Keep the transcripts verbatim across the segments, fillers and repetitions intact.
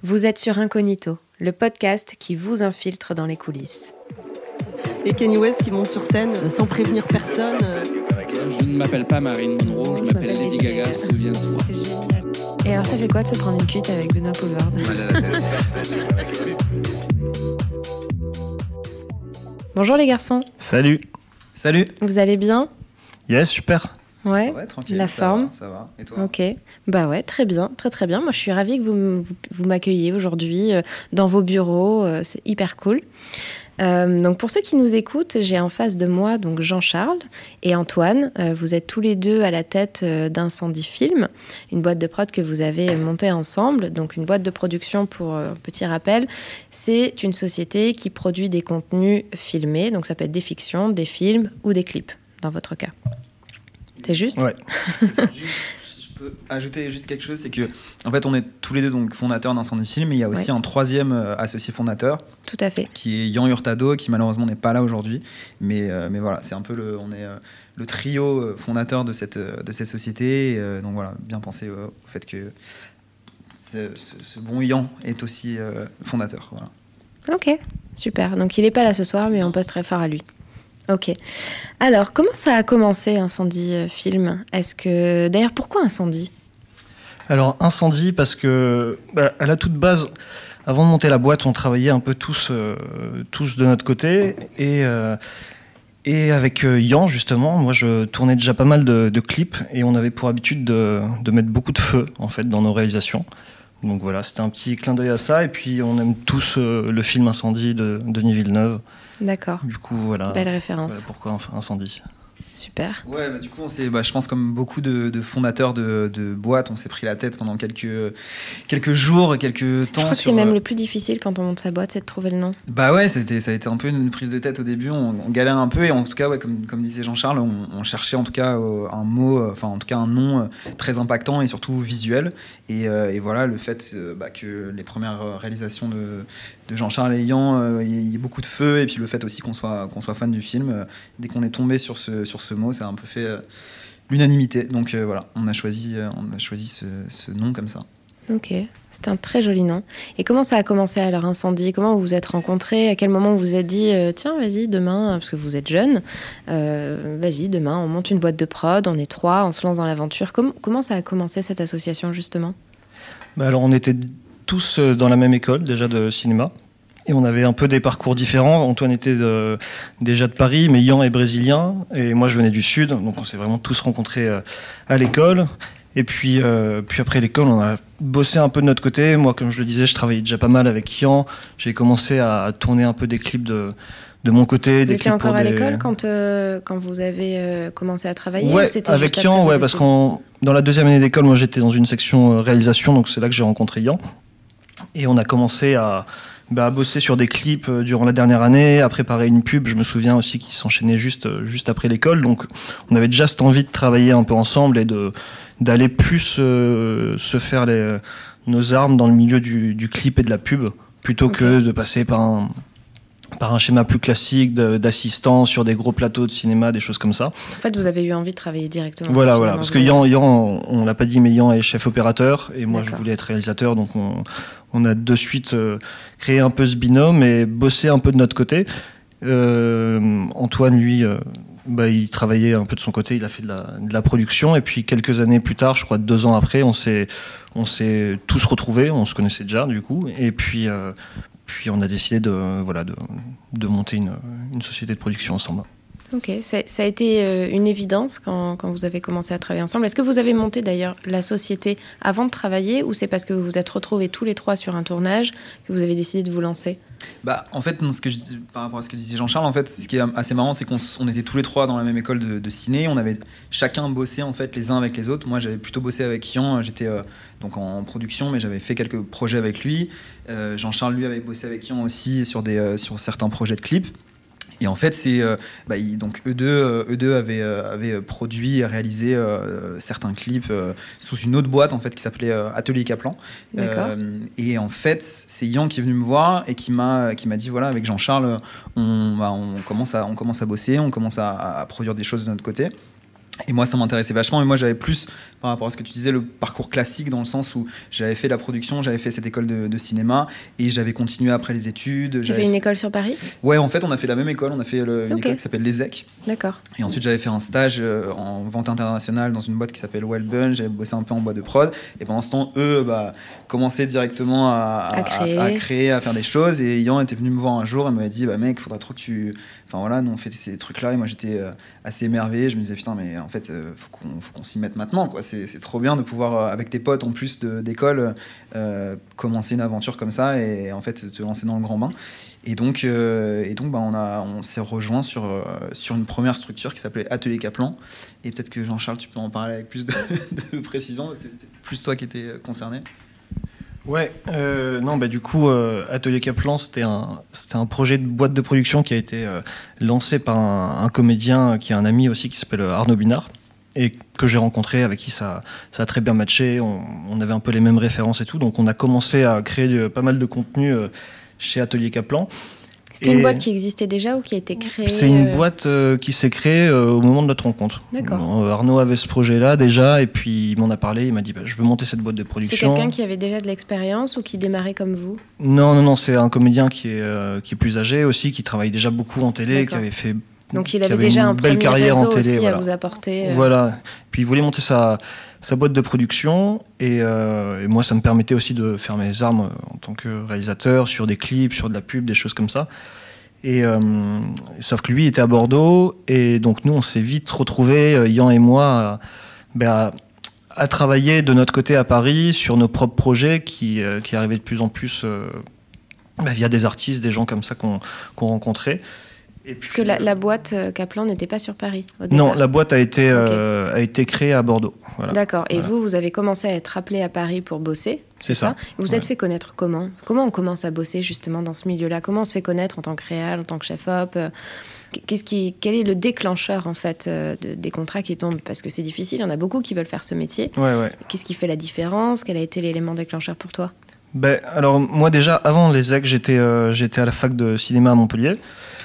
Vous êtes sur Incognito, le podcast qui vous infiltre dans les coulisses. Et Kanye West qui monte sur scène sans prévenir personne. Je ne m'appelle pas Marilyn Monroe, je, je m'appelle Lady Gaga, Gaga, souviens-toi. C'est génial. Et alors ça fait quoi de se prendre une cuite avec Benoît Poulvord? Bonjour les garçons. Salut. Salut. Vous allez bien? Yes, super. Ouais, ouais tranquille. La ça forme. Va, ça va. Et toi? Ok. Bah ouais, très bien, très très bien. Moi, je suis ravie que vous, vous, vous m'accueilliez aujourd'hui euh, dans vos bureaux. Euh, c'est hyper cool. Euh, donc pour ceux qui nous écoutent, j'ai en face de moi donc Jean-Charles et Antoine. Euh, vous êtes tous les deux à la tête euh, d'Incendie Film, une boîte de prod que vous avez montée ensemble. Donc une boîte de production, pour euh, petit rappel, c'est une société qui produit des contenus filmés. Donc ça peut être des fictions, des films ou des clips, dans votre cas. C'est juste? Ouais. Si je peux ajouter juste quelque chose, c'est que en fait on est tous les deux donc fondateurs d'Incendie Film, mais il y a aussi ouais. un troisième euh, associé fondateur. Tout à fait. Qui est Yann Hurtado, qui malheureusement n'est pas là aujourd'hui, mais euh, mais voilà, c'est un peu le on est euh, le trio fondateur de cette de cette société. Et, euh, donc voilà, bien penser euh, au fait que ce, ce, ce bon Yann est aussi euh, fondateur. Voilà. Ok, super. Donc il n'est pas là ce soir, mais on passe très fort à lui. Ok. Alors, comment ça a commencé, Incendie euh, Film? Est-ce que... D'ailleurs, pourquoi Incendie? Alors, Incendie, parce que, bah, à la toute base, avant de monter la boîte, on travaillait un peu tous, euh, tous de notre côté. Et, euh, et avec euh, Yann, justement, moi, je tournais déjà pas mal de, de clips. Et on avait pour habitude de, de mettre beaucoup de feu, en fait, dans nos réalisations. Donc voilà, c'était un petit clin d'œil à ça. Et puis, on aime tous euh, le film Incendie de Denis Villeneuve. D'accord. Du coup, voilà. Belle référence. Voilà pourquoi Incendie. Super. Ouais, bah, du coup, on s'est, bah, je pense comme beaucoup de, de fondateurs de, de boîtes, on s'est pris la tête pendant quelques, quelques jours, quelques temps. Je crois que sur... c'est même le plus difficile quand on monte sa boîte, c'est de trouver le nom. Bah ouais, c'était, ça a été un peu une prise de tête au début, on, on galère un peu, et en tout cas, ouais, comme, comme disait Jean-Charles, on, on cherchait en tout cas euh, un mot, enfin en tout cas un nom euh, très impactant et surtout visuel. Et, euh, et voilà, le fait euh, bah, que les premières réalisations de, de Jean-Charles et Yann, euh, il y ait beaucoup de feu, et puis le fait aussi qu'on soit, qu'on soit fan du film, euh, dès qu'on est tombé sur ce, sur ce mot, ça a un peu fait euh, l'unanimité. Donc euh, voilà, on a choisi, euh, on a choisi ce, ce nom comme ça. Ok, c'est un très joli nom. Et comment ça a commencé alors, Incendie? Comment vous vous êtes rencontrés? À quel moment vous vous êtes dit euh, tiens, vas-y, demain, parce que vous êtes jeune, euh, vas-y, demain, on monte une boîte de prod, on est trois, on se lance dans l'aventure. Com- comment ça a commencé cette association justement? Bah alors, on était tous dans la même école déjà de cinéma. Et on avait un peu des parcours différents. Antoine était de, déjà de Paris, mais Yann est brésilien. Et moi, je venais du Sud. Donc, on s'est vraiment tous rencontrés euh, à l'école. Et puis, euh, puis après l'école, on a bossé un peu de notre côté. Moi, comme je le disais, je travaillais déjà pas mal avec Yann. J'ai commencé à, à tourner un peu des clips de, de mon côté. Vous des étiez clips encore pour à des... l'école quand, euh, quand vous avez euh, commencé à travailler? Ouais, ou c'était avec juste Yann, ouais, parce que dans la deuxième année d'école, moi, j'étais dans une section réalisation. Donc, c'est là que j'ai rencontré Yann. Et on a commencé à... Bah, à bosser sur des clips durant la dernière année, à préparer une pub. Je me souviens aussi qu'ils s'enchaînaient juste, juste après l'école. Donc, on avait déjà cette envie de travailler un peu ensemble et de, d'aller plus euh, se faire les, nos armes dans le milieu du, du clip et de la pub, plutôt okay. que de passer par un, par un schéma plus classique de, d'assistants sur des gros plateaux de cinéma, des choses comme ça. En fait, vous avez eu envie de travailler directement. Voilà, voilà. Parce que Yann, Yann, on ne l'a pas dit, mais Yann est chef opérateur et moi, D'accord. je voulais être réalisateur. Donc, on, on a de suite euh, créé un peu ce binôme et bossé un peu de notre côté. Euh, Antoine, lui, euh, bah, il travaillait un peu de son côté. Il a fait de la, de la production. Et puis, quelques années plus tard, je crois deux ans après, on s'est, on s'est tous retrouvés. On se connaissait déjà, du coup. Et puis... Euh, Puis on a décidé de, voilà, de, de monter une, une société de production ensemble. Ok, c'est, ça a été euh, une évidence quand, quand vous avez commencé à travailler ensemble. Est-ce que vous avez monté d'ailleurs la société avant de travailler ou c'est parce que vous vous êtes retrouvés tous les trois sur un tournage que vous avez décidé de vous lancer? Bah, en fait, ce que je, par rapport à ce que disait Jean-Charles, en fait, ce qui est assez marrant, c'est qu'on on était tous les trois dans la même école de, de ciné. On avait chacun bossé en fait les uns avec les autres. Moi, j'avais plutôt bossé avec Yann. J'étais euh, donc en production, mais j'avais fait quelques projets avec lui. Euh, Jean-Charles, lui, avait bossé avec Yann aussi sur des euh, sur certains projets de clips. Et en fait, c'est euh, bah, ils, donc eux deux, euh, eux deux avaient, euh, avaient produit et réalisé euh, certains clips euh, sous une autre boîte en fait qui s'appelait euh, Atelier Kaplan. Euh, et en fait, c'est Yann qui est venu me voir et qui m'a qui m'a dit voilà, avec Jean-Charles, on, bah, on commence à on commence à bosser, on commence à, à produire des choses de notre côté. Et moi, ça m'intéressait vachement. Et moi, j'avais plus, par rapport à ce que tu disais, le parcours classique, dans le sens où j'avais fait la production, j'avais fait cette école de, de cinéma, et j'avais continué après les études. Tu as fait une école sur Paris ? Ouais, en fait, on a fait la même école. On a fait le, une okay. école qui s'appelle l'E S E C. D'accord. Et ensuite, j'avais fait un stage euh, en vente internationale dans une boîte qui s'appelle Wellbun. J'avais bossé un peu en boîte de prod. Et pendant ce temps, eux, bah, commençaient directement à, à, à, créer. à, à créer, à faire des choses. Et Yan était venu me voir un jour et m'avait dit, bah, mec, il faudra trop que tu... Enfin voilà, nous on fait ces trucs-là. Et moi, j'étais euh, assez émerveillé. Je me disais, putain, mais en fait, euh, faut qu'on, faut qu'on s'y mette maintenant, quoi. C'est, c'est trop bien de pouvoir, euh, avec tes potes, en plus de, d'école, euh, commencer une aventure comme ça et en fait, te lancer dans le grand bain. Et donc, euh, et donc bah, on, a, on s'est rejoint sur, euh, sur une première structure qui s'appelait Atelier Kaplan. Et peut-être que Jean-Charles, tu peux en parler avec plus de, de précision, parce que c'était plus toi qui étais concerné. Ouais, euh, non, bah, du coup, euh, Atelier Kaplan, c'était un, c'était un projet de boîte de production qui a été euh, lancé par un, un comédien qui est un ami aussi, qui s'appelle Arnaud Binard, et que j'ai rencontré, avec qui ça, ça a très bien matché. On, on avait un peu les mêmes références et tout, donc on a commencé à créer euh, pas mal de contenu euh, chez Atelier Kaplan. C'était et une boîte qui existait déjà ou qui a été créée ? C'est une euh... boîte euh, qui s'est créée euh, au moment de notre rencontre. D'accord. Euh, Arnaud avait ce projet-là déjà, et puis il m'en a parlé, il m'a dit bah, je veux monter cette boîte de production. C'est quelqu'un qui avait déjà de l'expérience ou qui démarrait comme vous ? Non, non, non, c'est un comédien qui est, euh, qui est plus âgé aussi, qui travaille déjà beaucoup en télé, D'accord. qui avait fait... Donc il avait déjà un belle carrière en télé, aussi voilà. à vous apporter. Euh... Voilà. Puis il voulait monter sa, sa boîte de production et, euh, et moi ça me permettait aussi de faire mes armes en tant que réalisateur sur des clips, sur de la pub, des choses comme ça. Et euh, sauf que lui était à Bordeaux et donc nous on s'est vite retrouvés, Yan et moi, à, ben à, à travailler de notre côté à Paris sur nos propres projets qui, euh, qui arrivaient de plus en plus euh, ben via des artistes, des gens comme ça qu'on, qu'on rencontrait. Et puis, Parce que la, la boîte Kaplan n'était pas sur Paris au départ. Non, la boîte a été, okay. euh, a été créée à Bordeaux. Voilà. D'accord. Et voilà. vous, vous avez commencé à être appelé à Paris pour bosser. C'est, c'est ça. ça. Vous vous êtes ouais. fait connaître comment ? Comment on commence à bosser justement dans ce milieu-là ? Comment on se fait connaître en tant que réal, en tant que chef-op ? Qu'est-ce qui, quel est le déclencheur en fait de, des contrats qui tombent ? Parce que c'est difficile, il y en a beaucoup qui veulent faire ce métier. Ouais, ouais. Qu'est-ce qui fait la différence ? Quel a été l'élément déclencheur pour toi ? Ben, alors moi déjà, avant les E C, j'étais, euh, j'étais à la fac de cinéma à Montpellier.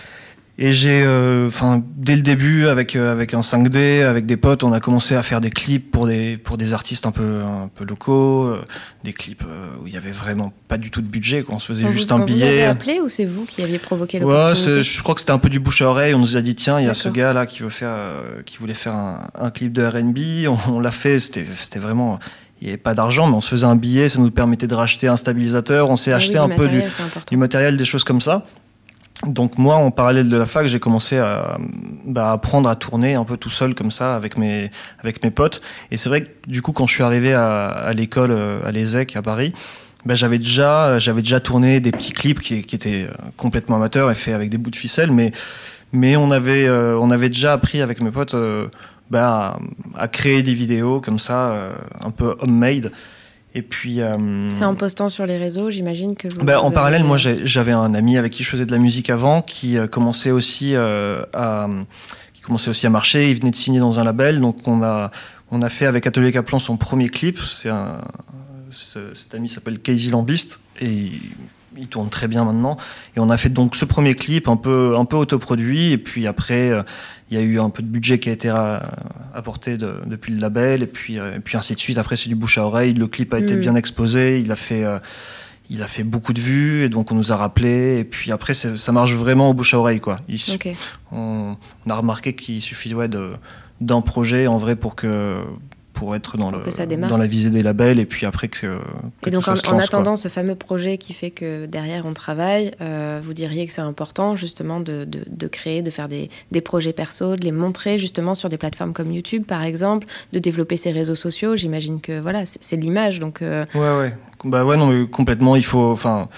Et j'ai, enfin, euh, dès le début, avec euh, avec un cinq D, avec des potes, on a commencé à faire des clips pour des pour des artistes un peu un peu locaux, euh, des clips euh, où il y avait vraiment pas du tout de budget, quoi. On se faisait on juste vous, un on billet. Vous avez appelé ou c'est vous qui aviez provoqué l'opportunité ? Ouais, je crois que c'était un peu du bouche à oreille. On nous a dit tiens, il y a D'accord. ce gars là qui veut faire, euh, qui voulait faire un, un clip de R and B. On, on l'a fait. C'était c'était vraiment. Il n'y avait pas d'argent, mais on se faisait un billet, ça nous permettait de racheter un stabilisateur. On s'est ah acheté oui, un peu du, du matériel, des choses comme ça. Donc moi, en parallèle de la fac, j'ai commencé à bah, apprendre à tourner un peu tout seul comme ça avec mes avec mes potes. Et c'est vrai que du coup, quand je suis arrivé à, à l'école à l'E S E C à Paris, bah, j'avais déjà j'avais déjà tourné des petits clips qui, qui étaient complètement amateurs et faits avec des bouts de ficelle, mais mais on avait euh, on avait déjà appris avec mes potes euh, bah, à, à créer des vidéos comme ça, euh, un peu homemade. Et puis, euh, c'est en postant sur les réseaux, j'imagine que vous... Bah, vous en parallèle, avez... moi j'ai, j'avais un ami avec qui je faisais de la musique avant, qui euh, commençait aussi euh, à qui commençait aussi à marcher. Il venait de signer dans un label, donc on a on a fait avec Atelier Kaplan son premier clip. C'est un ce, cet ami s'appelle Casey Lambiste et il, il tourne très bien maintenant. Et on a fait donc ce premier clip un peu un peu autoproduit. Et puis après, euh, il y a eu un peu de budget qui a été ra- apporté de, depuis le label, et puis, euh, et puis ainsi de suite. Après, c'est du bouche à oreille. Le clip a été mmh. bien exposé. Il a fait, euh, il a fait beaucoup de vues, et donc on nous a rappelé. Et puis après, c'est, ça marche vraiment au bouche à oreille, quoi. Il, okay. on, on a remarqué qu'il suffit ouais, de, d'un projet en vrai pour que pour être dans, pour le, dans la visée des labels, et puis après que, que et donc ça en, se lance, en attendant quoi. Ce fameux projet qui fait que derrière on travaille, euh, vous diriez que c'est important justement de, de, de créer, de faire des, des projets perso, de les montrer justement sur des plateformes comme YouTube par exemple, de développer ses réseaux sociaux. J'imagine que voilà, c'est, c'est l'image, donc euh... ouais ouais bah ouais non mais complètement. Il faut enfin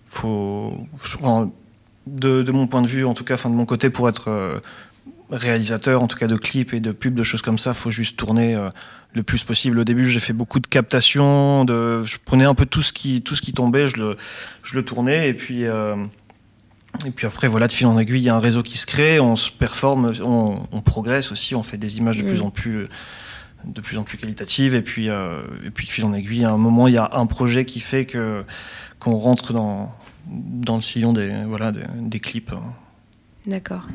faut enfin, de, de mon point de vue en tout cas, enfin de mon côté, pour être euh, réalisateur en tout cas de clips et de pubs, de choses comme ça, faut juste tourner euh, le plus possible. Au début, j'ai fait beaucoup de captations, de, je prenais un peu tout ce qui, tout ce qui tombait, je le, je le tournais, et puis, euh, et puis après, voilà, de fil en aiguille, il y a un réseau qui se crée, on se performe, on, on progresse aussi, on fait des images de mmh. plus en plus, de plus en plus qualitatives, et puis, euh, et puis de fil en aiguille, à un moment, il y a un projet qui fait que, qu'on rentre dans, dans le sillon des, voilà, des, des clips. D'accord.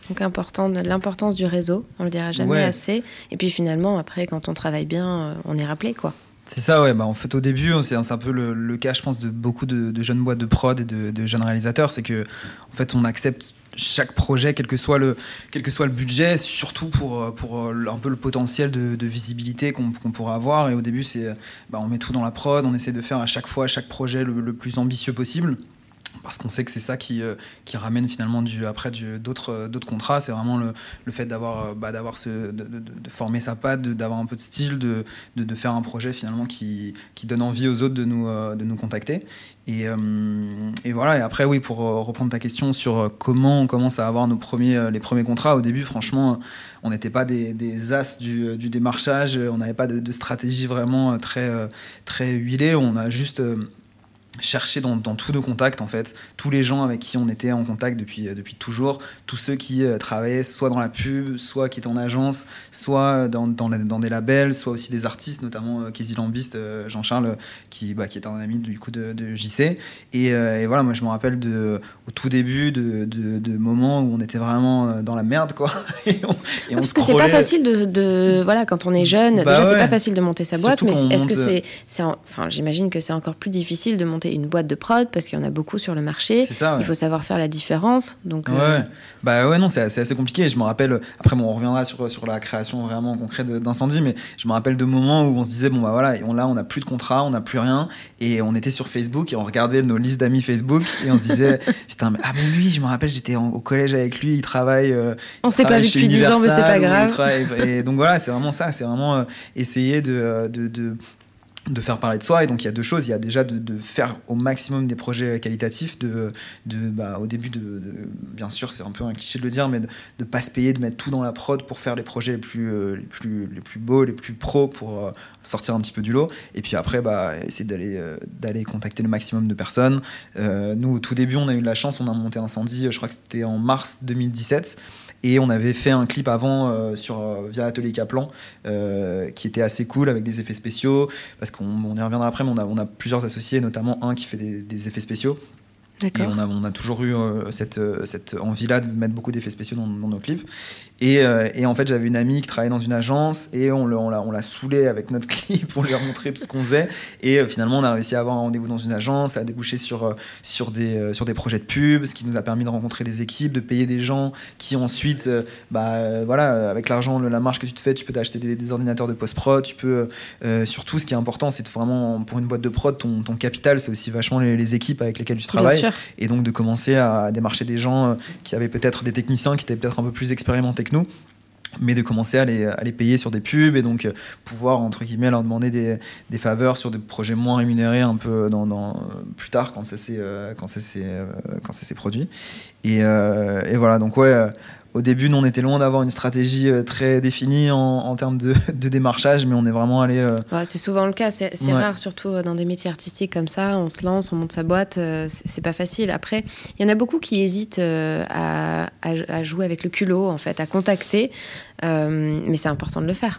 Donc important, l'importance du réseau, on le dira jamais Ouais. assez. Et puis finalement, après, quand on travaille bien, on est rappelé, quoi. C'est ça, ouais. Bah, en fait, au début, c'est un, c'est un peu le, le cas, je pense, de beaucoup de, de jeunes boîtes de prod et de, de jeunes réalisateurs. C'est que, en fait, on accepte chaque projet, quel que soit le, quel que soit le budget, surtout pour, pour un peu le potentiel de, de visibilité qu'on, qu'on pourra avoir. Et au début, c'est, bah, on met tout dans la prod, on essaie de faire à chaque fois, à chaque projet, le, le plus ambitieux possible. Parce qu'on sait que c'est ça qui, euh, qui ramène finalement du, après du, d'autres, euh, d'autres contrats. C'est vraiment le, le fait d'avoir, euh, bah, d'avoir ce, de, de, de former sa patte, de, d'avoir un peu de style, de, de, de faire un projet finalement qui, qui donne envie aux autres de nous, euh, de nous contacter. Et, euh, et voilà. Et après, oui, pour euh, reprendre ta question sur comment on commence à avoir nos premiers, euh, les premiers contrats, au début, franchement, on n'était pas des, des as du, du démarchage. On n'avait pas de, de stratégie vraiment très, euh, très huilée. On a juste... Euh, chercher dans, dans tous nos contacts, en fait, tous les gens avec qui on était en contact depuis, depuis toujours, tous ceux qui euh, travaillaient soit dans la pub, soit qui étaient en agence, soit dans, dans, la, dans des labels, soit aussi des artistes, notamment euh, Casey Lambiste, euh, Jean-Charles, qui, bah, qui est un ami du coup de, de J C. Et, euh, et voilà, moi je me rappelle de, au tout début de, de, de moments où on était vraiment dans la merde, quoi. et on, et ah, on parce que c'est pas facile de, de voilà, quand on est jeune, bah déjà ouais. c'est pas facile de monter sa boîte, Surtout mais est-ce monte... que c'est, c'est en, enfin j'imagine que c'est encore plus difficile de monter une boîte de prod parce qu'il y en a beaucoup sur le marché. C'est ça, ouais. Il faut savoir faire la différence. Donc, ouais, euh... ouais. Bah ouais, non, c'est assez, assez compliqué. Je me rappelle, après, bon, on reviendra sur, sur la création vraiment concrète d'Incendie, mais je me rappelle de moments où on se disait, bon, bah voilà, on, là, on n'a plus de contrat, on n'a plus rien. Et on était sur Facebook et on regardait nos listes d'amis Facebook et on se disait, putain, mais, ah, mais lui, je me rappelle, j'étais en, au collège avec lui, il travaille. Euh, on s'est pas vu depuis dix ans, mais c'est pas grave. Travaille, et donc voilà, c'est vraiment ça, c'est vraiment euh, essayer de. de, de de faire parler de soi. Et donc il y a deux choses, il y a déjà de, de faire au maximum des projets qualitatifs, de, de, bah, au début de, de bien sûr c'est un peu un cliché de le dire, mais de ne pas se payer, de mettre tout dans la prod pour faire les projets les plus, euh, les plus, les plus beaux, les plus pros, pour euh, sortir un petit peu du lot. Et puis après bah, essayer d'aller, euh, d'aller contacter le maximum de personnes. Euh, nous au tout début on a eu de la chance, on a monté Incendie, je crois que c'était en mars deux mille dix-sept. Et on avait fait un clip avant euh, sur, euh, via Atelier Kaplan euh, qui était assez cool avec des effets spéciaux, parce qu'on on y reviendra après, mais on a, on a plusieurs associés, notamment un qui fait des, des effets spéciaux. D'accord. Et on a, on a toujours eu euh, cette, euh, cette envie-là de mettre beaucoup d'effets spéciaux dans, dans nos clips. Et, euh, et en fait, j'avais une amie qui travaillait dans une agence et on, le, on, l'a, on l'a saoulée avec notre clip pour lui montrer tout ce qu'on faisait. Et euh, finalement, on a réussi à avoir un rendez-vous dans une agence, ça a débouché sur, euh, sur, des, euh, sur des projets de pub, ce qui nous a permis de rencontrer des équipes, de payer des gens qui ensuite, euh, bah, euh, voilà, avec l'argent, la marge que tu te fais, tu peux t'acheter des, des ordinateurs de post-prod. Tu peux, euh, surtout, ce qui est important, c'est vraiment, pour une boîte de prod, ton, ton capital, c'est aussi vachement les, les équipes avec lesquelles tu travailles. Et donc de commencer à démarcher des gens qui avaient peut-être des techniciens qui étaient peut-être un peu plus expérimentés que nous, mais de commencer à les, à les payer sur des pubs et donc pouvoir entre guillemets leur demander des, des faveurs sur des projets moins rémunérés un peu dans, dans, plus tard quand ça s'est, quand ça s'est, quand ça s'est produit. Et, euh, et voilà, donc ouais, euh, au début nous on était loin d'avoir une stratégie très définie en, en termes de, de démarchage, mais on est vraiment allé... Euh... Ouais, c'est souvent le cas, c'est, c'est ouais. rare, surtout dans des métiers artistiques comme ça, on se lance, on monte sa boîte, euh, c'est, c'est pas facile. Après, il y en a beaucoup qui hésitent euh, à, à, à jouer avec le culot, en fait, à contacter, euh, mais c'est important de le faire.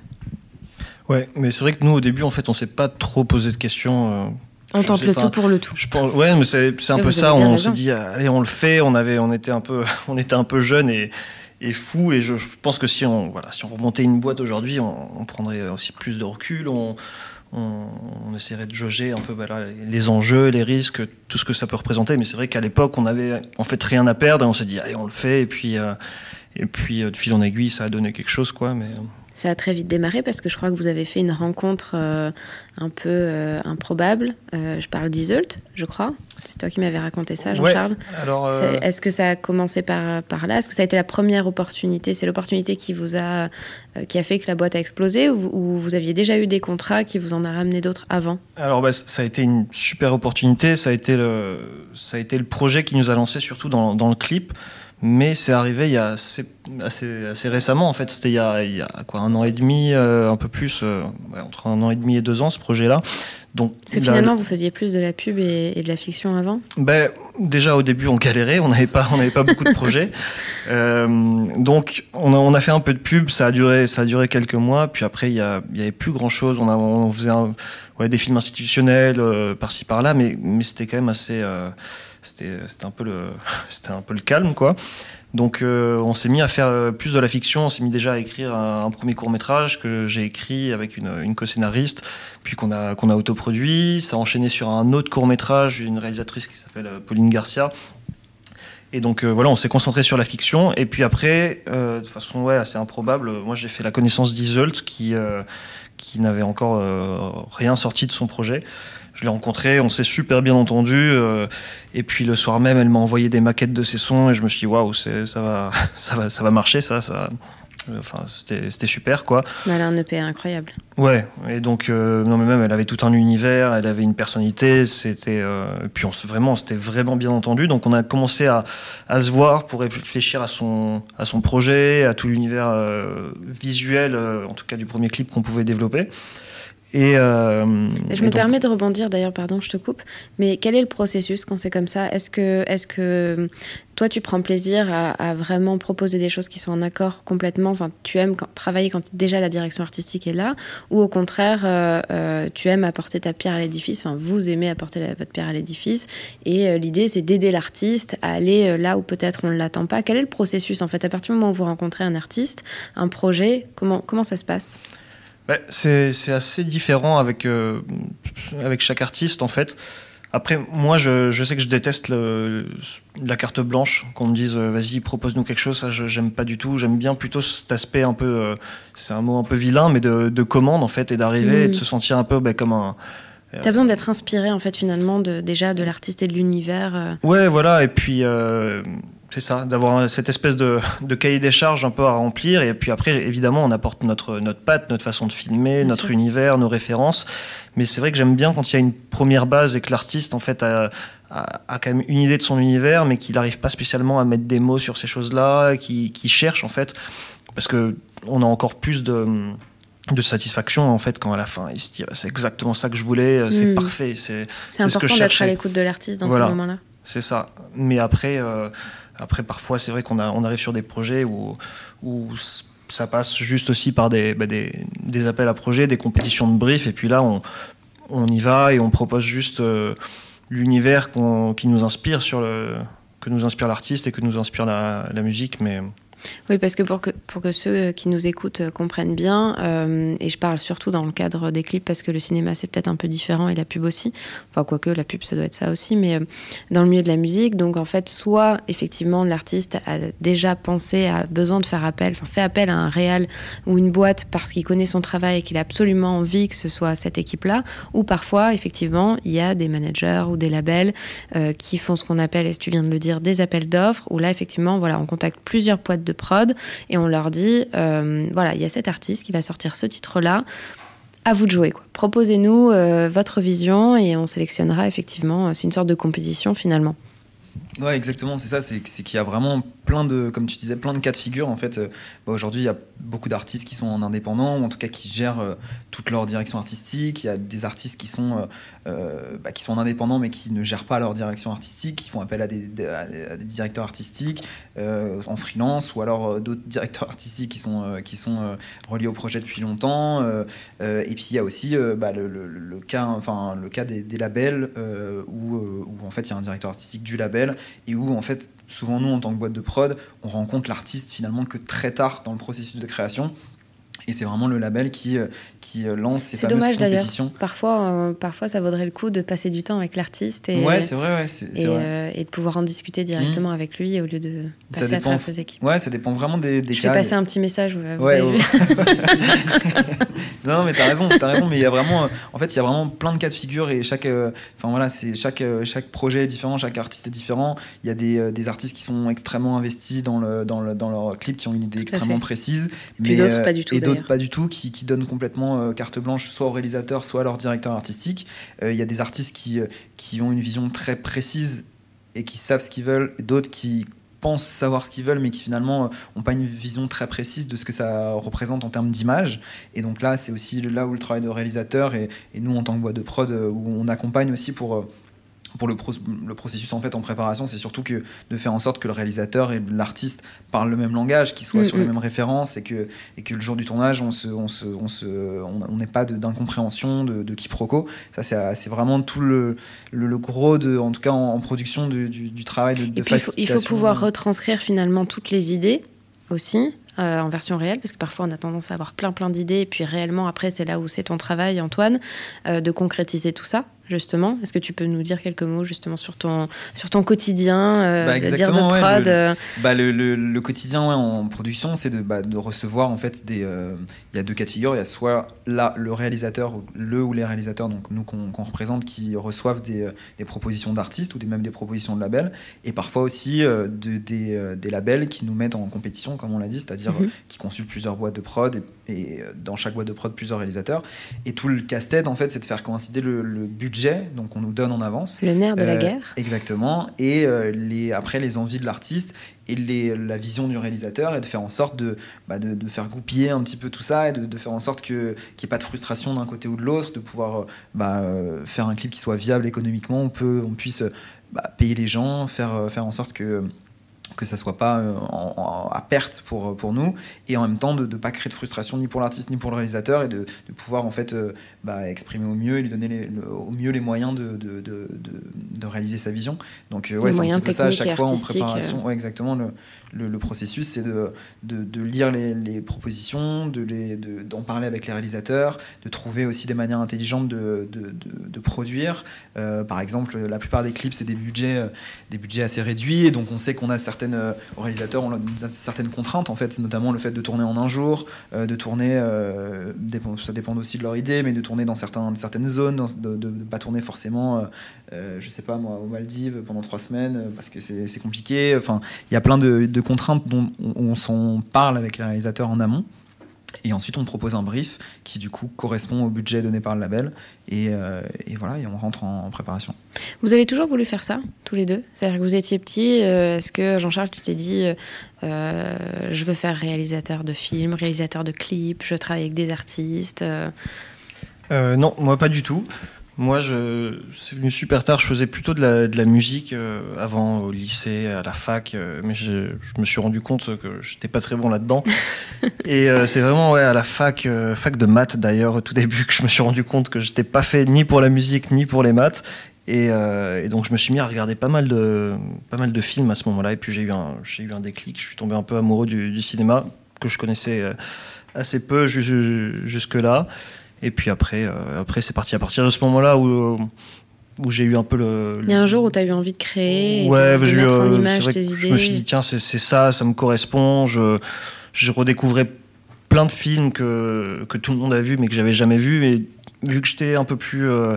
Ouais, mais c'est vrai que nous au début en fait on s'est pas trop posé de questions. Euh... On tente sais, le tout pour le tout. Je pense, ouais, mais c'est, c'est un là, peu ça. On raison. s'est dit, allez, on le fait. On avait, on était un peu, on était un peu jeunes et, et fous. Et je, je pense que si on, voilà, si on remontait une boîte aujourd'hui, on, on prendrait aussi plus de recul. On, on, on essaierait de jauger un peu voilà, les enjeux, les risques, tout ce que ça peut représenter. Mais c'est vrai qu'à l'époque, on avait en fait rien à perdre et on s'est dit, allez, on le fait. Et puis, euh, et puis de fil en aiguille, ça a donné quelque chose, quoi. Mais ça a très vite démarré parce que je crois que vous avez fait une rencontre euh, un peu euh, improbable. Euh, je parle d'Iseult, je crois. C'est toi qui m'avais raconté ça, Jean-Charles. Ouais, alors, euh... Est-ce que ça a commencé par, par là ? Est-ce que ça a été la première opportunité ? C'est l'opportunité qui vous a, euh, qui a fait que la boîte a explosé ou vous, ou vous aviez déjà eu des contrats qui vous en a ramené d'autres avant ? Alors, bah, ça a été une super opportunité. Ça a été le, ça a été le projet qui nous a lancé surtout dans, dans le clip. Mais c'est arrivé il y a assez, assez, assez récemment, en fait. C'était il y a, il y a quoi, un an et demi, euh, un peu plus, euh, ouais, entre un an et demi et deux ans, ce projet-là. Donc, Parce que finalement, la... vous faisiez plus de la pub et, et de la fiction avant ? Ben, déjà au début on galérait, on n'avait pas, on n'avait pas beaucoup de projets. Euh, donc on a, on a fait un peu de pub, ça a duré, ça a duré quelques mois. Puis après il y, a, il y avait plus grand chose. On, a, on faisait un, ouais, des films institutionnels euh, par-ci par-là, mais, mais c'était quand même assez, euh, c'était, c'était un peu le, c'était un peu le calme quoi. Donc euh, on s'est mis à faire plus de la fiction, on s'est mis déjà à écrire un, un premier court-métrage que j'ai écrit avec une, une co-scénariste, puis qu'on a, qu'on a autoproduit. Ça a enchaîné sur un autre court-métrage d'une réalisatrice qui s'appelle Pauline Garcia. Et donc euh, voilà, on s'est concentré sur la fiction. Et puis après, euh, de façon ouais, assez improbable, moi j'ai fait la connaissance d'Iseult qui, euh, qui n'avait encore euh, rien sorti de son projet. Je l'ai rencontrée, on s'est super bien entendu. Euh, et puis le soir même, elle m'a envoyé des maquettes de ses sons et je me suis dit waouh, c'est, ça va, ça va, ça va marcher, ça, ça. Enfin, c'était, c'était super quoi. Elle a un E P incroyable. Ouais. Et donc euh, non mais même, elle avait tout un univers, elle avait une personnalité. C'était, euh, et puis on se, vraiment, on s'était vraiment bien entendu. Donc on a commencé à, à se voir pour réfléchir à son, à son projet, à tout l'univers euh, visuel, euh, en tout cas du premier clip qu'on pouvait développer. Et, euh, je et me donc... permets de rebondir d'ailleurs, pardon, je te coupe, mais quel est le processus quand c'est comme ça ? Est-ce que, est-ce que toi tu prends plaisir à, à vraiment proposer des choses qui sont en accord complètement, enfin tu aimes quand, travailler quand déjà la direction artistique est là, ou au contraire euh, euh, tu aimes apporter ta pierre à l'édifice, enfin vous aimez apporter la, votre pierre à l'édifice, et euh, l'idée c'est d'aider l'artiste à aller euh, là où peut-être on ne l'attend pas. Quel est le processus en fait ? À partir du moment où vous rencontrez un artiste, un projet, comment, comment ça se passe ? Ouais, c'est, c'est assez différent avec, euh, avec chaque artiste en fait. Après, moi je, je sais que je déteste le, la carte blanche, qu'on me dise euh, vas-y propose-nous quelque chose, ça je, j'aime pas du tout. J'aime bien plutôt cet aspect un peu, euh, c'est un mot un peu vilain, mais de, de commande en fait, et d'arriver mmh. et de se sentir un peu bah, comme un... T'as besoin d'être inspiré en fait finalement de, déjà de l'artiste et de l'univers. Euh... Ouais voilà, et puis... Euh, c'est ça, d'avoir cette espèce de, de cahier des charges un peu à remplir. Et puis après, évidemment, on apporte notre, notre patte, notre façon de filmer, bien notre sûr. Univers, nos références. Mais c'est vrai que j'aime bien quand il y a une première base et que l'artiste, en fait, a, a, a quand même une idée de son univers, mais qu'il n'arrive pas spécialement à mettre des mots sur ces choses-là, qui, qui cherche, en fait. Parce qu'on a encore plus de... de satisfaction en fait quand à la fin il se dit c'est exactement ça que je voulais, c'est mmh. parfait, c'est, c'est, c'est important ce que je d'être à l'écoute de l'artiste dans voilà, ces moments-là. C'est ça. Mais après, euh, après parfois c'est vrai qu'on a, on arrive sur des projets où, où ça passe juste aussi par des, bah, des, des appels à projets, des compétitions de brief, et puis là on, on y va et on propose juste euh, l'univers qu'on, qui nous inspire sur le, que nous inspire l'artiste et que nous inspire la, la musique, mais oui, parce que pour, que pour que ceux qui nous écoutent comprennent bien, euh, et je parle surtout dans le cadre des clips, parce que le cinéma c'est peut-être un peu différent et la pub aussi, enfin quoique la pub ça doit être ça aussi, mais euh, dans le milieu de la musique, donc en fait soit effectivement l'artiste a déjà pensé, a besoin de faire appel, enfin fait appel à un réal ou une boîte parce qu'il connaît son travail et qu'il a absolument envie que ce soit cette équipe-là, ou parfois effectivement il y a des managers ou des labels euh, qui font ce qu'on appelle, et tu viens de le dire, des appels d'offres, où là effectivement voilà, on contacte plusieurs boîtes de prod et on leur dit euh, voilà, il y a cet artiste qui va sortir ce titre-là, à vous de jouer quoi. Proposez-nous euh, votre vision et on sélectionnera effectivement, c'est une sorte de compétition finalement. Ouais, exactement, c'est ça, c'est, c'est qu'il y a vraiment plein de, comme tu disais, plein de cas de figure. En fait, euh, bah aujourd'hui, il y a beaucoup d'artistes qui sont en indépendant, ou en tout cas qui gèrent euh, toute leur direction artistique. Il y a des artistes qui sont, euh, euh, bah, qui sont en indépendant, mais qui ne gèrent pas leur direction artistique, qui font appel à des, à des, à des directeurs artistiques euh, en freelance, ou alors euh, d'autres directeurs artistiques qui sont, euh, qui sont euh, reliés au projet depuis longtemps. Euh, euh, et puis il y a aussi euh, bah, le, le, le cas, enfin, le cas des, des labels, euh, où, euh, où en fait il y a un directeur artistique du label, et où en fait souvent nous en tant que boîte de prod on rencontre l'artiste finalement que très tard dans le processus de création, et c'est vraiment le label qui, qui lance ces c'est fameuses dommage, compétitions. D'ailleurs. Parfois, euh, parfois ça vaudrait le coup de passer du temps avec l'artiste et, ouais, c'est vrai, ouais, c'est, c'est et, vrai. Euh, et de pouvoir en discuter directement mmh. avec lui au lieu de passer dépend, à travers ses équipes. Ouais, ça dépend vraiment des, des Je cas. Je vais passer un petit message, vous ouais, avez ouais. vu. Non, mais t'as raison, t'as raison, mais il y a vraiment, en fait, il y a vraiment plein de cas de figure, et chaque, euh, enfin voilà, c'est chaque, euh, chaque projet est différent, chaque artiste est différent. Il y a des, euh, des artistes qui sont extrêmement investis dans le, dans le, dans leur clip, qui ont une idée tout extrêmement précise, mais d'autres pas du tout, et d'ailleurs. d'autres pas du tout, qui, qui donnent complètement euh, carte blanche, soit au réalisateur, soit à leur directeur artistique. Euh, il y a des artistes qui, euh, qui ont une vision très précise et qui savent ce qu'ils veulent, et d'autres qui pensent savoir ce qu'ils veulent, mais qui finalement n'ont pas une vision très précise de ce que ça représente en termes d'image. Et donc là, c'est aussi là où le travail de réalisateur, et, et nous, en tant que boîte de prod, où on accompagne aussi pour... pour le, pro- le processus en fait en préparation, c'est surtout que de faire en sorte que le réalisateur et l'artiste parlent le même langage, qu'ils soient mmh, sur les mêmes références, et que, et que le jour du tournage, on se, on se, on se, on n'ait pas de, d'incompréhension, de, de quiproquo. Ça, c'est, c'est vraiment tout le, le, le gros de, en tout cas en, en production du, du, du travail de, de et puis, facilitation. Il faut, il faut pouvoir retranscrire finalement toutes les idées aussi. Euh, en version réelle, parce que parfois on a tendance à avoir plein plein d'idées, et puis réellement après c'est là où c'est ton travail, Antoine, euh, de concrétiser tout ça, justement. Est-ce que tu peux nous dire quelques mots justement sur ton, sur ton quotidien, euh, bah, de dire de ouais, prod le, euh... bah, le, le, le quotidien ouais, en production, c'est de, bah, de recevoir en fait des... Il euh, y a deux cas de figure, il y a soit là, le réalisateur, le ou les réalisateurs, donc nous qu'on, qu'on représente, qui reçoivent des, des propositions d'artistes ou des, même des propositions de labels, et parfois aussi euh, de, des, euh, des labels qui nous mettent en compétition, comme on l'a dit, c'est-à-dire mm-hmm. euh, qui consultent plusieurs boîtes de prod, et, et dans chaque boîte de prod, plusieurs réalisateurs. Et tout le casse-tête, en fait, c'est de faire coïncider le, le budget, donc on nous donne en avance. Le nerf de euh, la guerre. Exactement. Et euh, les, après, les envies de l'artiste et les, la vision du réalisateur, et de faire en sorte de, bah, de, de faire goupiller un petit peu tout ça, et de, de faire en sorte que, qu'il n'y ait pas de frustration d'un côté ou de l'autre, de pouvoir bah, faire un clip qui soit viable économiquement, on, peut, on puisse bah, payer les gens, faire, faire en sorte que que ça soit pas euh, en, en, à perte pour, pour nous, et en même temps de ne pas créer de frustration ni pour l'artiste ni pour le réalisateur, et de, de pouvoir en fait euh, bah, exprimer au mieux et lui donner les, le, au mieux les moyens de, de, de, de, de réaliser sa vision. Donc euh, ouais, c'est un petit peu ça à chaque fois en préparation. Euh... Ouais, exactement, le, le, le processus, c'est de, de, de lire les, les propositions, de les, de, d'en parler avec les réalisateurs, de trouver aussi des manières intelligentes de, de, de, de produire. Euh, par exemple, la plupart des clips, c'est des budgets, des budgets assez réduits, et donc on sait qu'on a certaines Euh, aux réalisateurs, on a certaines contraintes en fait, notamment le fait de tourner en un jour, euh, de tourner, euh, dépend, ça dépend aussi de leur idée, mais de tourner dans certains, certaines zones, de ne pas tourner forcément, euh, euh, je sais pas moi, aux Maldives pendant trois semaines, euh, parce que c'est, c'est compliqué. Enfin, il y a plein de, de contraintes dont on, on s'en parle avec les réalisateurs en amont. Et ensuite, on propose un brief qui, du coup, correspond au budget donné par le label. Et, euh, et voilà, et on rentre en, en préparation. Vous avez toujours voulu faire ça, tous les deux ? C'est-à-dire que vous étiez petits. Euh, est-ce que, Jean-Charles, tu t'es dit euh, je veux faire réalisateur de films, réalisateur de clips, je travaille avec des artistes euh... Euh, Non, moi, pas du tout. Moi, je, c'est venu super tard. Je faisais plutôt de la, de la musique euh, avant, au lycée, à la fac. Euh, mais je, je me suis rendu compte que j'étais pas très bon là-dedans. Et euh, c'est vraiment ouais, à la fac, euh, fac de maths d'ailleurs, au tout début, que je me suis rendu compte que j'étais pas fait ni pour la musique ni pour les maths. Et, euh, et donc, je me suis mis à regarder pas mal de, pas mal de films à ce moment-là. Et puis, j'ai eu un, j'ai eu un déclic. Je suis tombé un peu amoureux du, du cinéma, que je connaissais assez peu jusque-là. Et puis après, euh, après, c'est parti à partir de ce moment-là où, où j'ai eu un peu le... Il y a un jour où tu as eu envie de créer, ouais, et de, de mettre en image tes idées. Je me suis dit, tiens, c'est, c'est ça, ça me correspond. Je, je redécouvrais plein de films que, que tout le monde a vus, mais que j'avais jamais vus. Et vu que j'étais un peu plus... Euh,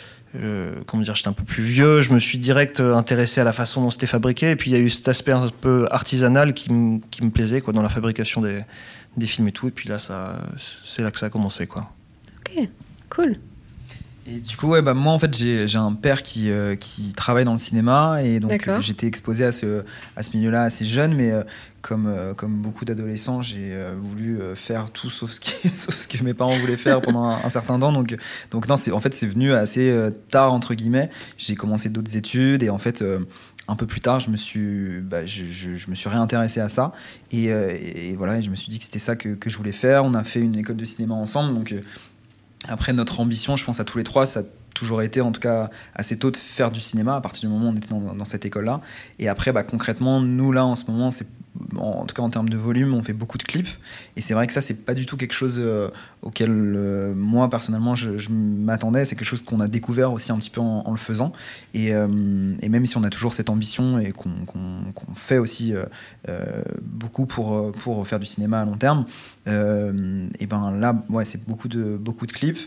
euh, comment dire, j'étais un peu plus vieux, je me suis direct intéressé à la façon dont c'était fabriqué. Et puis, il y a eu cet aspect un peu artisanal qui, m- qui me plaisait, quoi, dans la fabrication des, des films et tout. Et puis là, ça, c'est là que ça a commencé, quoi. Ok, cool. Et du coup, ouais, bah, moi, en fait, j'ai, j'ai un père qui, euh, qui travaille dans le cinéma, et donc euh, j'étais exposé à ce, à ce milieu-là assez jeune, mais euh, comme, euh, comme beaucoup d'adolescents, j'ai euh, voulu euh, faire tout sauf ce, qui, sauf ce que mes parents voulaient faire pendant un, un certain temps. Donc, donc non, c'est, en fait, c'est venu assez euh, tard, entre guillemets. J'ai commencé d'autres études, et en fait... Euh, un peu plus tard, je me suis, bah, je, je, je me suis réintéressé à ça, et, euh, et voilà, et je me suis dit que c'était ça que, que je voulais faire. On a fait une école de cinéma ensemble, donc euh, après notre ambition, je pense à tous les trois, ça a toujours été, en tout cas assez tôt, de faire du cinéma à partir du moment où on était dans, dans cette école-là. Et après, bah, concrètement, nous là en ce moment, c'est en tout cas en termes de volume, on fait beaucoup de clips, et c'est vrai que ça, c'est pas du tout quelque chose euh, auquel euh, moi personnellement je, je m'attendais. C'est quelque chose qu'on a découvert aussi un petit peu en, en le faisant, et, euh, et même si on a toujours cette ambition et qu'on, qu'on, qu'on fait aussi euh, euh, beaucoup pour, pour faire du cinéma à long terme, euh, et ben là, ouais, c'est beaucoup de, beaucoup de clips.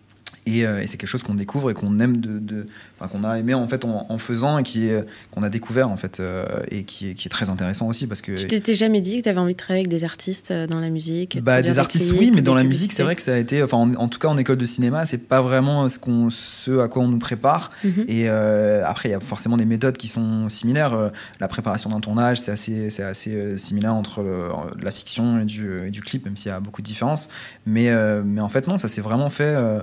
Et, euh, et c'est quelque chose qu'on découvre et qu'on aime de, de, enfin, qu'on a aimé en fait en, en faisant, et qui est, qu'on a découvert en fait, euh, et qui est, qui est très intéressant aussi, parce que... Tu t'étais jamais dit que tu avais envie de travailler avec des artistes dans la musique? Bah, des artistes oui, mais dans la musique, c'est vrai que ça a été, enfin en, en tout cas en école de cinéma, c'est pas vraiment ce, qu'on, ce à quoi on nous prépare. Mm-hmm. Et euh, après, il y a forcément des méthodes qui sont similaires. Euh, la préparation d'un tournage, c'est assez, c'est assez euh, similaire entre le, la fiction et du, et du clip, même s'il y a beaucoup de différences. Mais, euh, mais en fait non, ça s'est vraiment fait... Euh,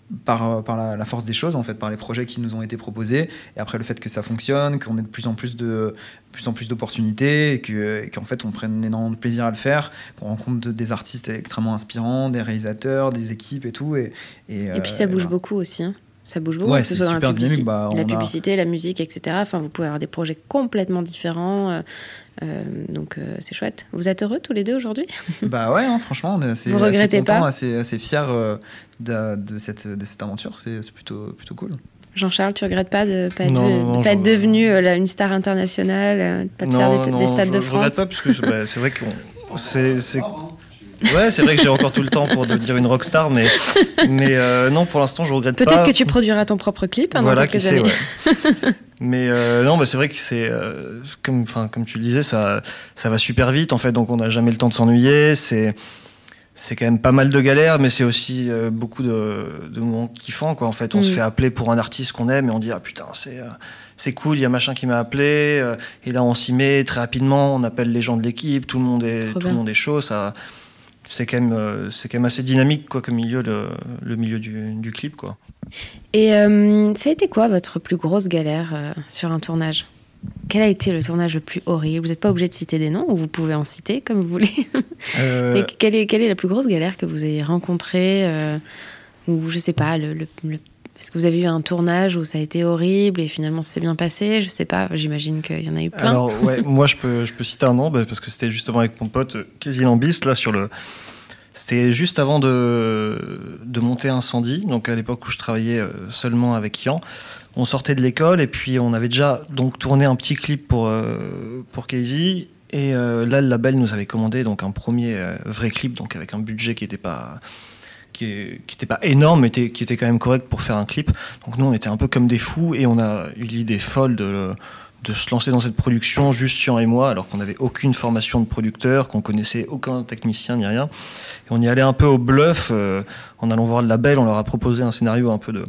par, par la, la force des choses, en fait, par les projets qui nous ont été proposés, et après le fait que ça fonctionne, qu'on ait de plus en plus de plus en plus d'opportunités, et, que, et qu'en fait on prenne énormément de plaisir à le faire, qu'on rencontre des artistes extrêmement inspirants, des réalisateurs, des équipes et tout. Et, et, et puis ça euh, bouge voilà. beaucoup aussi, hein. Ça bouge beaucoup, Ouais, que ce c'est soit dans super la, publici- dynamique. Bah, la on a- publicité, la musique, et cetera. Enfin, vous pouvez avoir des projets complètement différents. euh, euh, donc, euh, c'est chouette. Vous êtes heureux tous les deux aujourd'hui ? Bah ouais, hein, franchement, on est assez, Vous assez regrettez contents, pas assez, assez fiers euh, de, de, cette, de cette aventure. C'est, c'est plutôt, plutôt cool. Jean-Charles, tu regrettes pas de pas être, Non, de non, pas je- être devenu euh, là, une star internationale, euh, pas de faire des, des stades je, de je regrette France ? pas parce que c'est, bah, c'est vrai que c'est, c'est ouais, c'est vrai que j'ai encore tout le temps pour devenir une rockstar, mais mais euh, non, pour l'instant, je regrette Peut-être pas. que tu produiras ton propre clip hein, Voilà, dans quelques qui sait, années. ouais. Mais euh, non, bah, c'est vrai que c'est euh, comme, enfin, comme tu le disais, ça, ça va super vite en fait, donc on n'a jamais le temps de s'ennuyer. C'est, c'est quand même pas mal de galères, mais c'est aussi euh, beaucoup de, de moments kiffants quoi. En fait, on Mm. se fait appeler pour un artiste qu'on aime et on dit ah putain c'est, euh, c'est cool, il y a machin qui m'a appelé euh, et là on s'y met très rapidement, on appelle les gens de l'équipe, tout le monde est, Trop tout bien. le monde est chaud, ça. C'est quand même, euh, c'est quand même assez dynamique quoi, comme milieu, le, le milieu du, du clip quoi. Et euh, ça a été quoi votre plus grosse galère euh, sur un tournage ? Quel a été le tournage le plus horrible ? Vous n'êtes pas obligé de citer des noms, ou vous pouvez en citer comme vous voulez. Euh, Mais quelle est, quelle est la plus grosse galère que vous ayez rencontrée euh, ou je sais pas, le, le, le- est-ce que vous avez eu un tournage où ça a été horrible et finalement ça s'est bien passé ? Je sais pas, j'imagine qu'il y en a eu plein. Alors ouais, moi je peux, je peux citer un nom bah, parce que c'était justement avec mon pote euh, Casey Lambist là sur le. C'était juste avant de, de monter Incendie, donc à l'époque où je travaillais euh, seulement avec Ian. On sortait de l'école et puis on avait déjà donc tourné un petit clip pour euh, pour Casey et euh, là le label nous avait commandé donc un premier euh, vrai clip donc avec un budget qui était pas qui est- qui était pas énorme, mais était- qui était quand même correct pour faire un clip. Donc nous, on était un peu comme des fous et on a eu l'idée folle de, de se lancer dans cette production, juste Ian et moi, alors qu'on n'avait aucune formation de producteur, qu'on connaissait aucun technicien ni rien. Et on y allait un peu au bluff, euh, en allant voir le label, on leur a proposé un scénario un peu de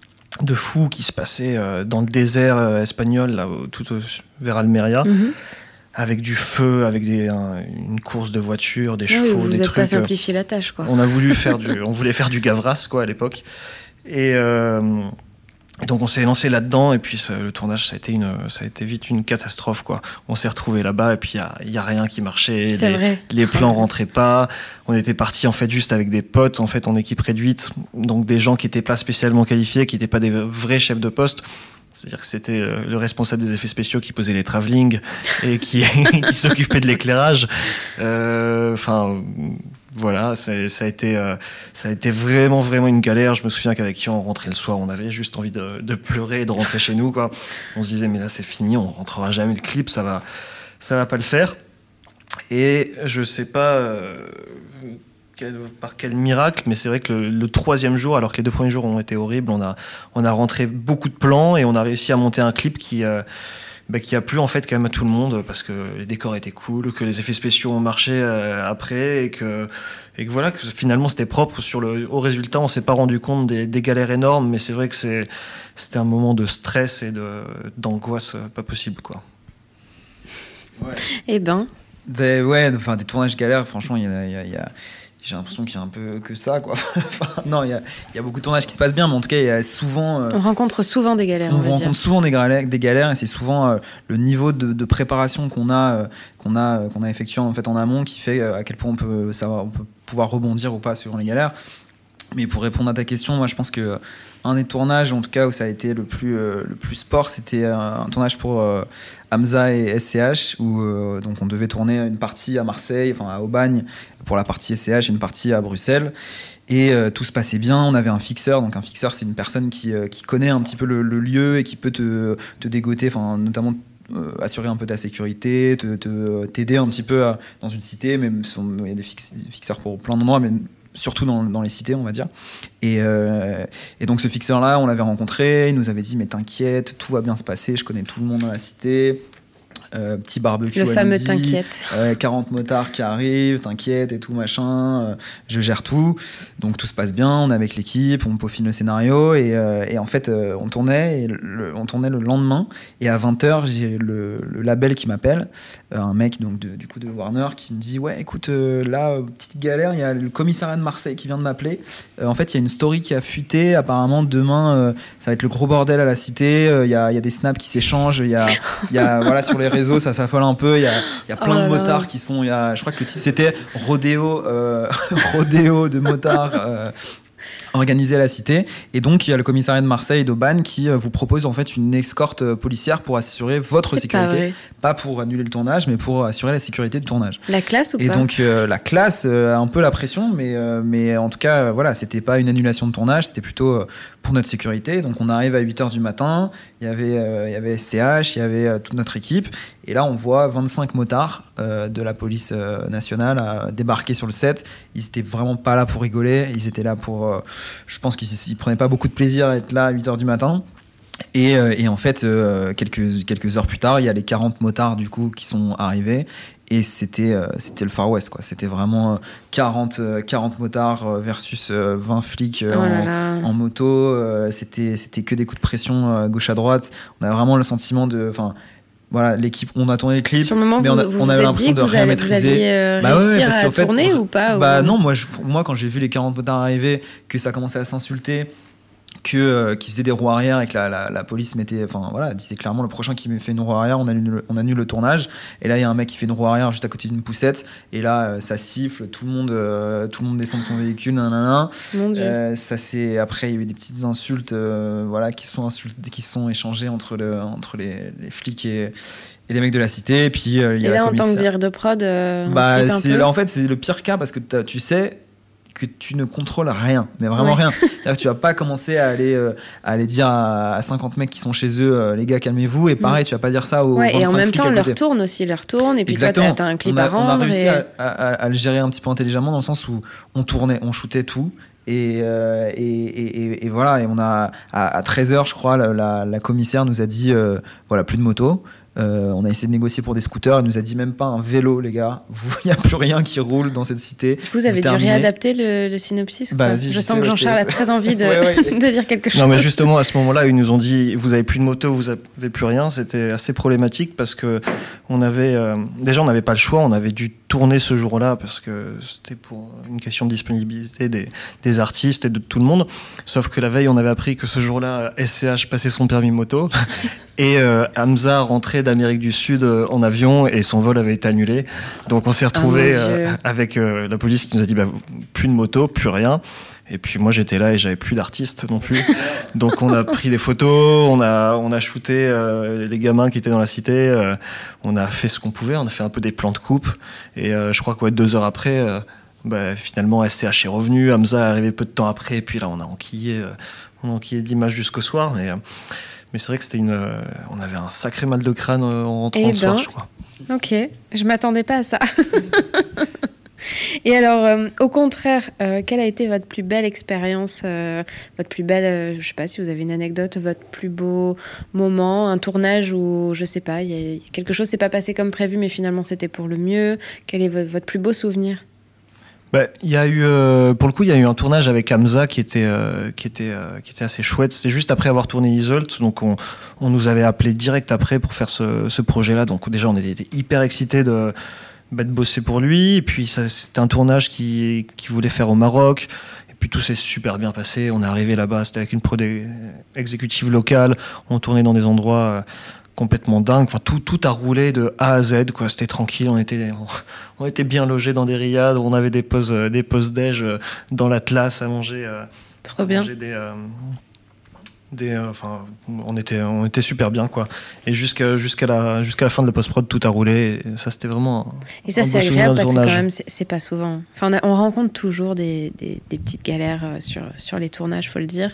de fou qui se passait euh, dans le désert euh, espagnol, là, au- tout au- vers Almeria, Mhm. avec du feu, avec des, un- une course de voitures, des Ah oui, chevaux, vous des n'êtes trucs. pas euh, simplifié la tâche, quoi. on a voulu faire du, on voulait faire du Gavras quoi à l'époque, et, euh, et donc on s'est lancé là-dedans et puis ça- le tournage ça a été une, ça a été vite une catastrophe quoi. On s'est retrouvé là-bas et puis il y a, il y a rien qui marchait, C'est les, vrai. les plans rentraient pas. On était parti en fait juste avec des potes en fait en équipe réduite, donc des gens qui étaient pas spécialement qualifiés, qui étaient pas des vrais chefs de poste. C'est-à-dire que c'était euh, le responsable des effets spéciaux qui posait les travelling et qui, qui s'occupait de l'éclairage. Euh, Enfin, voilà, c'est- ça a été, euh, ça a été vraiment, vraiment une galère. Je me souviens qu'avec qui on rentrait le soir, on avait juste envie de, de pleurer et de rentrer chez nous, quoi. On se disait, mais là, c'est fini, on rentrera jamais le clip, ça va, ça va pas le faire. Et je sais pas euh, quel- par quel miracle, mais c'est vrai que le, le troisième jour, alors que les deux premiers jours ont été horribles, on a, on a rentré beaucoup de plans et on a réussi à monter un clip qui, euh, bah, qui a plu en fait quand même à tout le monde parce que les décors étaient cool, que les effets spéciaux ont marché euh, après et que, et que voilà, que finalement c'était propre sur le, au résultat. On s'est pas rendu compte des, des galères énormes, mais c'est vrai que c'est, c'était un moment de stress et de, d'angoisse euh, pas possible quoi. Ouais. Eh ben, Ben ouais, enfin des tournages galères, franchement, il y a, il y a- il y a- j'ai l'impression qu'il y a un peu que ça, quoi. Enfin, non, il y a, il y a beaucoup de tournages qui se passent bien, mais en tout cas, il y a souvent. euh, on rencontre souvent des galères, on on va dire. rencontre souvent des galères, des galères et c'est souvent euh, le niveau de, de préparation qu'on a, euh, qu'on a, euh, qu'on a effectué en fait en amont qui fait euh, à quel point on peut savoir, on peut pouvoir rebondir ou pas sur les galères. Mais pour répondre à ta question, moi je pense que un des tournages, en tout cas où ça a été le plus euh, le plus sport, c'était euh, un tournage pour euh, Hamza et S C H où euh, donc on devait tourner une partie à Marseille, enfin à Aubagne pour la partie S C H et une partie à Bruxelles. Et euh, tout se passait bien, on avait un fixeur, donc un fixeur c'est une personne qui, euh, qui connaît un petit peu le, le lieu et qui peut te, te dégoter, enfin notamment euh, assurer un peu ta sécurité, te, te, t'aider un petit peu à, dans une cité, même il y a des, fix, des fixeurs pour plein d'endroits, mais surtout dans, dans les cités on va dire. Et, euh, et donc ce fixeur là on l'avait rencontré, il nous avait dit mais t'inquiète, tout va bien se passer, je connais tout le monde dans la cité. euh, petit barbecue Le à fameux midi, t'inquiète. euh, quarante motards qui arrivent, t'inquiète et tout machin, euh, je gère tout, donc tout se passe bien, on est avec l'équipe, on peaufine le scénario et, euh, et en fait euh, on tournait et le, on tournait le lendemain et à vingt heures j'ai le, le label qui m'appelle, euh, un mec donc de, du coup de Warner qui me dit ouais écoute euh, là euh, petite galère, il y a le commissariat de Marseille qui vient de m'appeler, euh, en fait il y a une story qui a fuité, apparemment demain euh, ça va être le gros bordel à la cité, il euh, y, a, y a des snaps qui s'échangent, il y a, y a voilà sur les réseaux ça s'affole un peu, il y a, y a plein oh de motards là. qui sont, y a, je crois que le titre c'était Rodéo, euh, Rodéo de motards euh, organisé à la cité, et donc il y a le commissariat de Marseille d'Aubagne qui euh, vous propose en fait une escorte euh, policière pour assurer votre C'est sécurité, pas, pas pour annuler le tournage mais pour assurer la sécurité du tournage. La classe ou Et pas? donc euh, la classe euh, a un peu la pression, mais, euh, mais en tout cas euh, voilà, c'était pas une annulation de tournage, c'était plutôt euh, pour notre sécurité. Donc on arrive à huit heures du matin, il y avait, euh, il y avait S C H, il y avait euh, toute notre équipe, et là on voit vingt-cinq motards euh, de la police euh, nationale à débarquer sur le set. Ils étaient vraiment pas là pour rigoler, ils étaient là pour... Euh, je pense qu'ils ils prenaient pas beaucoup de plaisir à être là à huit heures du matin. Et, euh, et en fait, euh, quelques, quelques heures plus tard, il y a les quarante motards du coup qui sont arrivés. Et c'était, euh, c'était le Far West, quoi. C'était vraiment quarante, euh, quarante motards versus euh, vingt flics euh, Oh en, là là. en moto. Euh, c'était, c'était que des coups de pression euh, gauche à droite. On a vraiment le sentiment de... Enfin, voilà, l'équipe, on a tourné les clips, Sur le moment, mais vous, on, a, vous on vous avait êtes l'impression dit de que vous rien allez, vous maîtriser. alliez euh, Bah ouais, réussir parce à qu'en fait, tourner ou pas Bah ou... non, moi, je, moi quand j'ai vu les quarante motards arriver, que ça commençait à s'insulter, que euh, qui faisait des roues arrière et que la, la, la police mettait, enfin voilà, disait clairement le prochain qui me fait une roue arrière, on annule, on annule le tournage. Et là il y a un mec qui fait une roue arrière juste à côté d'une poussette, et là euh, ça siffle, tout le monde, euh, tout le monde descend de son véhicule, nanana. Mon Dieu. Euh, ça c'est après il y avait des petites insultes, euh, voilà, qui sont insultes, qui sont échangées entre le, entre les, les flics et et les mecs de la cité. Et puis euh, il y a Et la là, en tant que commissaire. dire de prod, euh, on Bah, flippe un c'est, peu. là, en fait, c'est le pire cas parce que t'as- tu sais que tu ne contrôles rien, mais vraiment Ouais. rien. C'est-à-dire que tu vas pas commencer à aller, euh, à aller dire à, à cinquante mecs qui sont chez eux, euh, les gars, calmez-vous. Et pareil, tu vas pas dire ça aux Ouais, et en vingt-cinq même flics temps, à on leur côté. tourne aussi, leur tourne. Et puis Exactement. toi, t'as, t'as un clip on a, à rendre. on a réussi et... à, à- à le gérer un petit peu intelligemment dans le sens où on tournait, on shootait tout. Et, euh, et, et, et, et voilà, et on a à, à treize heures, je crois, la, la, la commissaire nous a dit euh, voilà, plus de moto. Euh, on a essayé de négocier pour des scooters. Elle nous a dit même pas un vélo, les gars. Il n'y a plus rien qui roule dans cette cité. Vous avez dû terminez. réadapter le, le synopsis ou Bah, pas? vas-y, Je je sens sais, que ouais, Jean-Charles je a te laisse. très envie de, Ouais, ouais. de dire quelque chose. Non, mais justement, à ce moment-là, ils nous ont dit vous avez plus de moto, vous avez plus rien. C'était assez problématique parce que on avait euh, déjà on n'avait pas le choix, on avait dû tourner ce jour-là parce que c'était pour une question de disponibilité des, des artistes et de tout le monde. Sauf que la veille, on avait appris que ce jour-là, S C H passait son permis moto et euh, Hamza rentrait d'Amérique du Sud euh, en avion et son vol avait été annulé. Donc on s'est retrouvé Oh, mon Dieu. euh, avec euh, la police qui nous a dit bah, plus de moto, plus rien. Et puis moi j'étais là et j'avais plus d'artistes non plus. Donc on a pris des photos, on a, on a shooté euh, les gamins qui étaient dans la cité, euh, on a fait ce qu'on pouvait, on a fait un peu des plans de coupe. Et euh, je crois que ouais, deux heures après, euh, bah, finalement S C H est revenu, Hamza est arrivé peu de temps après, et puis là on a enquillé, euh, on a enquillé d'images jusqu'au soir. Mais, euh, mais c'est vrai que c'était une, euh, on avait un sacré mal de crâne euh, en rentrant Eh le soir, ben. je crois. Ok, je m'attendais pas à ça. Et alors, euh, au contraire, euh, quelle a été votre plus belle expérience, euh, votre plus belle, euh, je sais pas si vous avez une anecdote, votre plus beau moment, un tournage où, je sais pas, il y a quelque chose s'est pas passé comme prévu, mais finalement c'était pour le mieux. Quel est vo- votre plus beau souvenir? Bah, il y a eu, euh, pour le coup, il y a eu un tournage avec Hamza qui était, euh, qui était, euh, qui était assez chouette. C'était juste après avoir tourné Isolt, donc on, on nous avait appelé direct après pour faire ce, ce projet-là. Donc déjà, on était hyper excités de, bah, de bosser pour lui. Et puis ça, c'était un tournage qui, qui voulait faire au Maroc. Et puis tout s'est super bien passé. On est arrivé là-bas, c'était avec une prod exécutive locale. On tournait dans des endroits euh, complètement dingue. Enfin, tout, tout a roulé de A à Z, quoi. C'était tranquille. On était, on, on était bien logés dans des riads. On avait des pauses, euh, des pauses déj euh, dans l'Atlas à manger. Euh, Trop à bien. manger des, euh, des, euh, enfin, on était, on était super bien, quoi. Et jusqu'à, jusqu'à la, jusqu'à la fin de la post-prod, tout a roulé. Et ça, c'était vraiment. Un, Et ça, un c'est beau souvenir agréable de parce que tournage. quand même, c'est, c'est pas souvent. Enfin, on, a- on rencontre toujours des, des, des petites galères euh, sur, sur les tournages, faut le dire.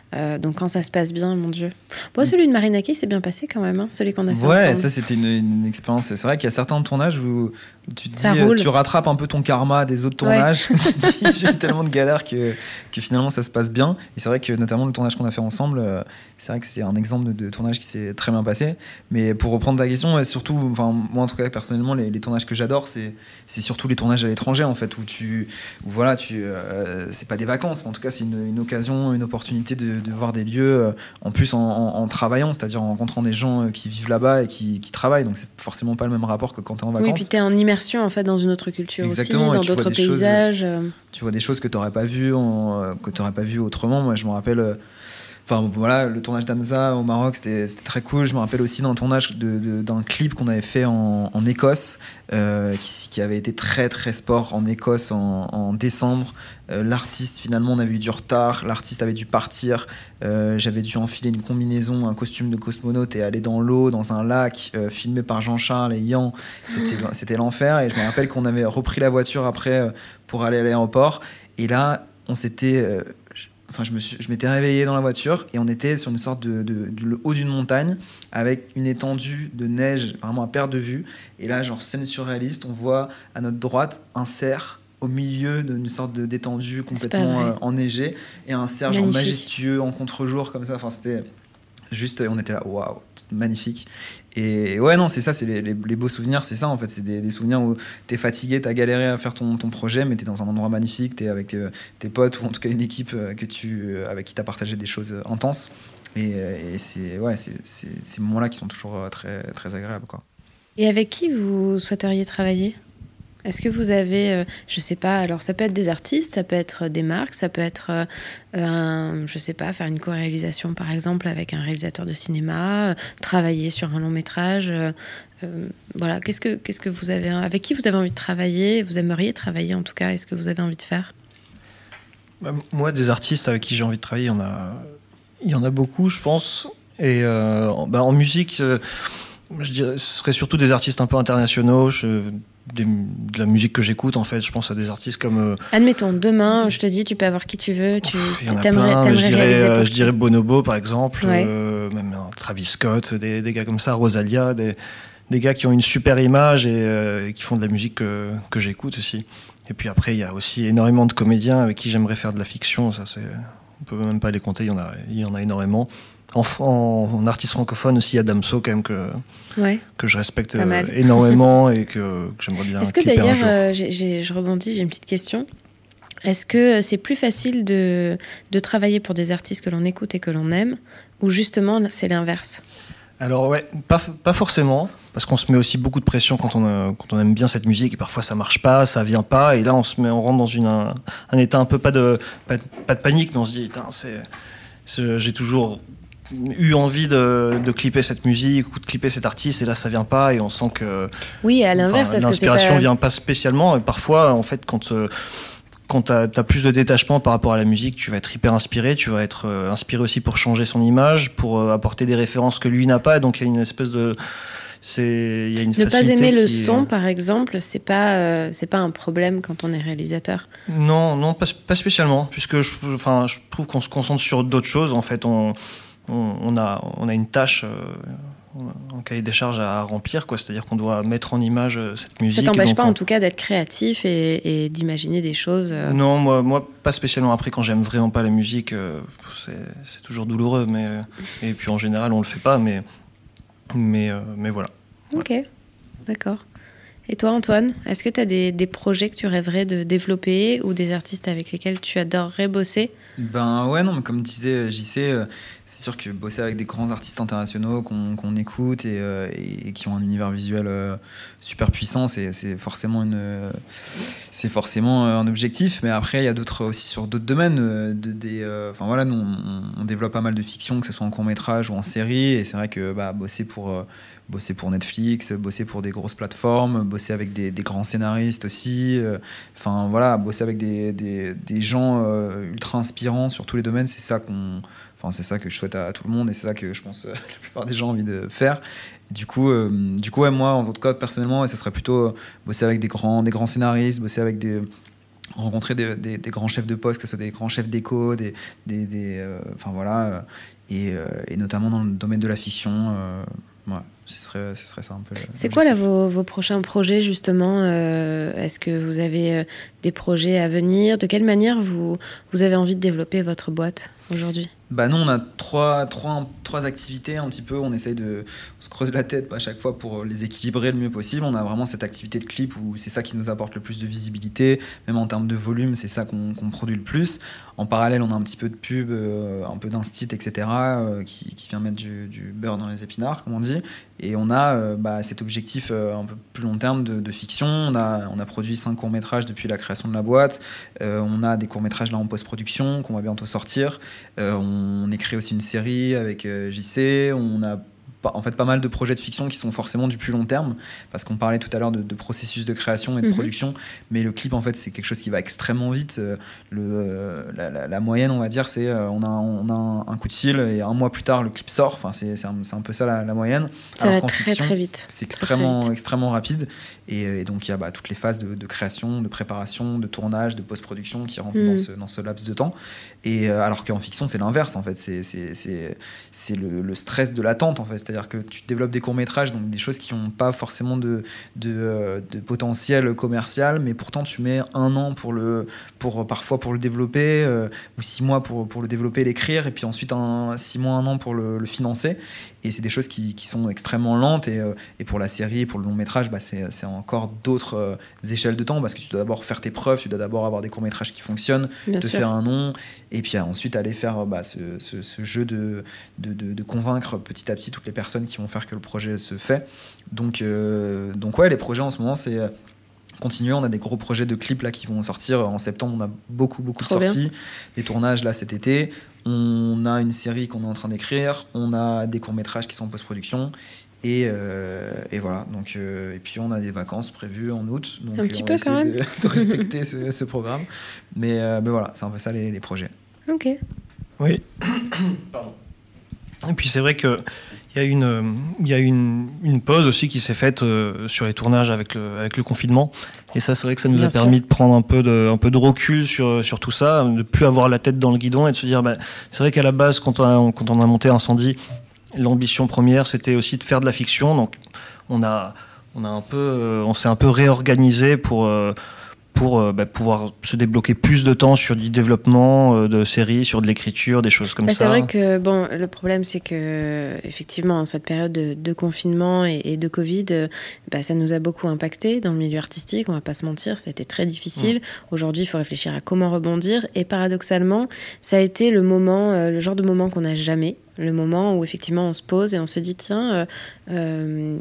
Euh, donc quand ça se passe bien, mon Dieu. Bon, celui de Marina Kaye s'est bien passé quand même, hein, celui qu'on a fait ouais, ensemble. ça c'était une, une expérience. C'est vrai qu'il y a certains tournages où, où tu te Ça dis, roule. tu rattrapes un peu ton karma des autres tournages. Ouais. Tu te dis, j'ai eu tellement de galères que, que finalement ça se passe bien. Et c'est vrai que notamment le tournage qu'on a fait ensemble, euh, c'est vrai que c'est un exemple de, de tournage qui s'est très bien passé. Mais pour reprendre ta question, ouais, surtout, enfin moi en tout cas personnellement, les, les tournages que j'adore, c'est, c'est surtout les tournages à l'étranger en fait, où tu, où voilà, tu, euh, c'est pas des vacances, mais en tout cas c'est une, une occasion, une opportunité de, de voir des lieux. Euh, en plus en, en, en travaillant, c'est-à-dire en rencontrant des gens euh, qui vivent là-bas et qui, qui travaillent, donc c'est forcément pas le même rapport que quand t'es en vacances. Oui, puis t'es en immersion en fait dans une autre culture. Exactement, aussi, et tu dans vois d'autres des choses- paysages. euh. Tu vois des choses que t'aurais pas vues en- euh, que t'aurais pas vu autrement. Moi je me rappelle euh, enfin voilà, le tournage d'Hamza au Maroc, c'était, c'était très cool. Je me rappelle aussi d'un tournage de, de- d'un clip qu'on avait fait en, en Écosse, euh, qui, qui avait été très très sport en Écosse en, en décembre. Euh, l'artiste, finalement, on avait eu du retard. L'artiste avait dû partir. Euh, j'avais dû enfiler une combinaison, un costume de cosmonaute et aller dans l'eau, dans un lac, euh, filmé par Jean-Charles et Yan. C'était, c'était l'enfer. Et je me rappelle qu'on avait repris la voiture après euh, pour aller à l'aéroport. Et là, on s'était... euh, Enfin, je, me suis, je m'étais réveillé dans la voiture et on était sur une sorte de, de, de le haut d'une montagne avec une étendue de neige vraiment à perte de vue. Et là, genre scène surréaliste, on voit à notre droite un cerf au milieu d'une sorte de, d'étendue complètement euh, enneigée et un cerf genre Magnifique. majestueux en contre-jour comme ça. Enfin, c'était juste, on était là, waouh, magnifique. Et ouais, non, c'est ça, c'est les, les, les beaux souvenirs, c'est ça en fait, c'est des, des souvenirs où t'es fatigué, t'as galéré à faire ton, ton projet, mais t'es dans un endroit magnifique, t'es avec tes, tes potes ou en tout cas une équipe euh, que tu, euh, avec qui t'as partagé des choses euh, intenses. Et, euh, et c'est, ouais, c'est, c'est ces moments-là qui sont toujours euh, très, très agréables, quoi. Et avec qui vous souhaiteriez travailler ? Est-ce que vous avez, euh, je sais pas, alors ça peut être des artistes, ça peut être des marques, ça peut être, euh, un, je sais pas, faire une co-réalisation par exemple avec un réalisateur de cinéma, euh, travailler sur un long métrage. Euh, euh, voilà, qu'est-ce que, qu'est-ce que vous avez, avec qui vous avez envie de travailler ? Vous aimeriez travailler en tout cas ? Est-ce que vous avez envie de faire ? Bah, moi, des artistes avec qui j'ai envie de travailler, il y en a, il y en a beaucoup, je pense. Et euh, bah, en musique, euh, je dirais, ce serait surtout des artistes un peu internationaux. Je, des, de la musique que j'écoute, en fait, je pense à des artistes comme. Euh, Admettons, demain, je te dis, tu peux avoir qui tu veux, tu pff, il y en a t'aimerais, plein, t'aimerais je dirais, réaliser euh, pour je qui ? dirais Bonobo, par exemple, Ouais. euh, même euh, Travis Scott, des, des gars comme ça, Rosalia, des, des gars qui ont une super image et, euh, et qui font de la musique que, que j'écoute aussi. Et puis après, il y a aussi énormément de comédiens avec qui j'aimerais faire de la fiction. Ça, c'est, on peut même pas les compter, il y en a, il y en a énormément. En, en, en artiste francophone aussi, il y a Damso quand même que, Ouais. que je respecte Pas mal. euh, énormément et que, que j'aimerais bien Est-ce que clipper un d'ailleurs, jour. euh, j'ai, j'ai, je rebondis, j'ai une petite question. Est-ce que c'est plus facile de, de travailler pour des artistes que l'on écoute et que l'on aime, ou justement c'est l'inverse ? Alors ouais, pas, pas forcément, parce qu'on se met aussi beaucoup de pression quand on, euh, quand on aime bien cette musique et parfois ça marche pas, ça vient pas, et là on se met, on rentre dans une, un, un état un peu pas de, pas, de- pas de panique, mais on se dit, putain, c'est, c'est- j'ai toujours eu envie de, de clipper cette musique ou de clipper cet artiste, et là ça vient pas, et on sent que Oui, à l'inverse, enfin, est-ce que c'est l'inspiration pas... vient pas spécialement, et parfois en fait quand euh, quand tu as plus de détachement par rapport à la musique, tu vas être hyper inspiré, tu vas être euh, inspiré aussi pour changer son image, pour euh, apporter des références que lui n'a pas, donc il y a une espèce de... C'est, il y a une Ne pas facilité aimer le qui- son, par exemple, c'est pas, euh, c'est pas un problème quand on est réalisateur. Non, non, pas, pas spécialement, puisque je, enfin, je trouve qu'on se concentre sur d'autres choses. En fait, on, on, on a, on a une tâche, euh, un cahier des charges à remplir, quoi. C'est-à-dire qu'on doit mettre en image euh, cette musique. Ça t'empêche donc pas, on- en tout cas, d'être créatif et, et d'imaginer des choses. euh, Non, moi, moi, pas spécialement. Après, quand j'aime vraiment pas la musique, euh, c'est, c'est toujours douloureux. Mais, euh, et puis en général, on le fait pas. Mais, mais, euh, mais voilà. Ok, d'accord. Et toi, Antoine, est-ce que tu as des, des projets que tu rêverais de développer ou des artistes avec lesquels tu adorerais bosser ? Ben ouais, non, mais comme disait J C, euh, c'est sûr que bosser avec des grands artistes internationaux qu'on, qu'on écoute et, euh, et qui ont un univers visuel euh, super puissant, c'est, c'est forcément une, euh, c'est forcément un objectif. Mais après, il y a d'autres aussi sur d'autres domaines. euh, de, des, euh, enfin voilà, nous on, on développe pas mal de fiction, que ce soit en court métrage ou en série. Et c'est vrai que bah, bosser pour euh, bosser pour Netflix, bosser pour des grosses plateformes, bosser avec des, des grands scénaristes aussi. euh, Enfin voilà, bosser avec des, des, des gens euh, ultra inspirants sur tous les domaines, c'est ça qu'on, enfin c'est ça que je souhaite à, à tout le monde et c'est ça que je pense euh, la plupart des gens ont envie de faire. Et du coup, euh, du coup, ouais, moi en tout cas personnellement, ouais, ça serait plutôt bosser avec des grands, des grands scénaristes, bosser avec des rencontrer des, des, des grands chefs de poste, que ce soit des grands chefs d'éco, des, des, des euh, enfin voilà, euh, et, euh, et notamment dans le domaine de la fiction. Euh, ouais, ce serait, ce serait ça un peu. C'est quoi là vos, vos prochains projets justement euh, Est-ce que vous avez euh, des projets à venir? De quelle manière vous, vous avez envie de développer votre boîte aujourd'hui? Bah nous on a trois, trois, trois activités un petit peu, on essaye de on se creuser la tête à chaque fois pour les équilibrer le mieux possible. On a vraiment cette activité de clip où c'est ça qui nous apporte le plus de visibilité, même en termes de volume c'est ça qu'on, qu'on produit le plus. En parallèle on a un petit peu de pub, euh, un peu d'instit, et cetera euh, qui, qui vient mettre du, du beurre dans les épinards comme on dit. Et on a euh, bah, cet objectif euh, un peu plus long terme de, de fiction. On a, on a produit cinq courts-métrages depuis la création de la boîte. Euh, on a des courts-métrages là en post-production qu'on va bientôt sortir. Euh, on écrit aussi une série avec euh, J C. On a en fait pas mal de projets de fiction qui sont forcément du plus long terme, parce qu'on parlait tout à l'heure de, de processus de création et de mmh. production, mais le clip en fait c'est quelque chose qui va extrêmement vite. Euh, le, euh, la, la, la moyenne on va dire c'est euh, on a, on a un, un coup de fil et un mois plus tard le clip sort, enfin, c'est, c'est, un, c'est un peu ça la, la moyenne. Ça Alors va très fiction, très vite. C'est extrêmement, très vite. extrêmement rapide et, et donc il y a bah, toutes les phases de, de création, de préparation, de tournage, de post-production qui rentrent mmh. dans, ce, dans ce laps de temps. Et euh, alors qu'en fiction c'est l'inverse en fait, c'est, c'est, c'est, c'est le, le stress de l'attente en fait. C'est-à-dire que tu développes des courts-métrages, donc des choses qui n'ont pas forcément de, de, euh, de potentiel commercial, mais pourtant tu mets un an pour le, pour, parfois pour le développer, euh, ou six mois pour, pour le développer et l'écrire, et puis ensuite un, six mois, un an pour le, le financer. Et c'est des choses qui, qui sont extrêmement lentes, et, euh, et pour la série, pour le long-métrage, bah c'est, c'est encore d'autres euh, échelles de temps, parce que tu dois d'abord faire tes preuves, tu dois d'abord avoir des courts-métrages qui fonctionnent, Bien te sûr. faire un nom, et puis ensuite aller faire bah, ce, ce, ce jeu de, de, de, de convaincre petit à petit toutes les personnes qui vont faire que le projet se fait. Donc, euh, donc ouais, les projets en ce moment, c'est euh, continuer. On a des gros projets de clips là qui vont sortir en septembre. On a beaucoup, beaucoup Trop de sorties, bien. Des tournages là cet été. On a une série qu'on est en train d'écrire. On a des courts-métrages qui sont en post-production. Et, euh, et voilà. Donc, euh, et puis on a des vacances prévues en août. Donc un petit on peu va quand même. De, de respecter ce, ce programme. Mais, euh, mais voilà, c'est un peu ça les, les projets. Ok. Oui. Pardon. Et puis c'est vrai que il y a une, il y a une, une pause aussi qui s'est faite euh, sur les tournages avec le, avec le confinement. Et ça, c'est vrai que ça nous Bien a sûr. permis de prendre un peu de, un peu de recul sur, sur tout ça, de ne plus avoir la tête dans le guidon et de se dire, bah, c'est vrai qu'à la base, quand on a, quand on a monté Incendie, l'ambition première, c'était aussi de faire de la fiction. Donc, on a, on a un peu, euh, on s'est un peu réorganisé pour, euh, pour euh, bah, pouvoir se débloquer plus de temps sur du développement euh, de séries, sur de l'écriture, des choses comme bah, ça. C'est vrai que bon, le problème, c'est que effectivement, cette période de, de confinement et, et de Covid, euh, bah, ça nous a beaucoup impacté dans le milieu artistique. On va pas se mentir, ça a été très difficile. Mmh. Aujourd'hui, il faut réfléchir à comment rebondir. Et paradoxalement, ça a été le moment, euh, le genre de moment qu'on n'a jamais. Le moment où effectivement on se pose et on se dit tiens, euh, euh,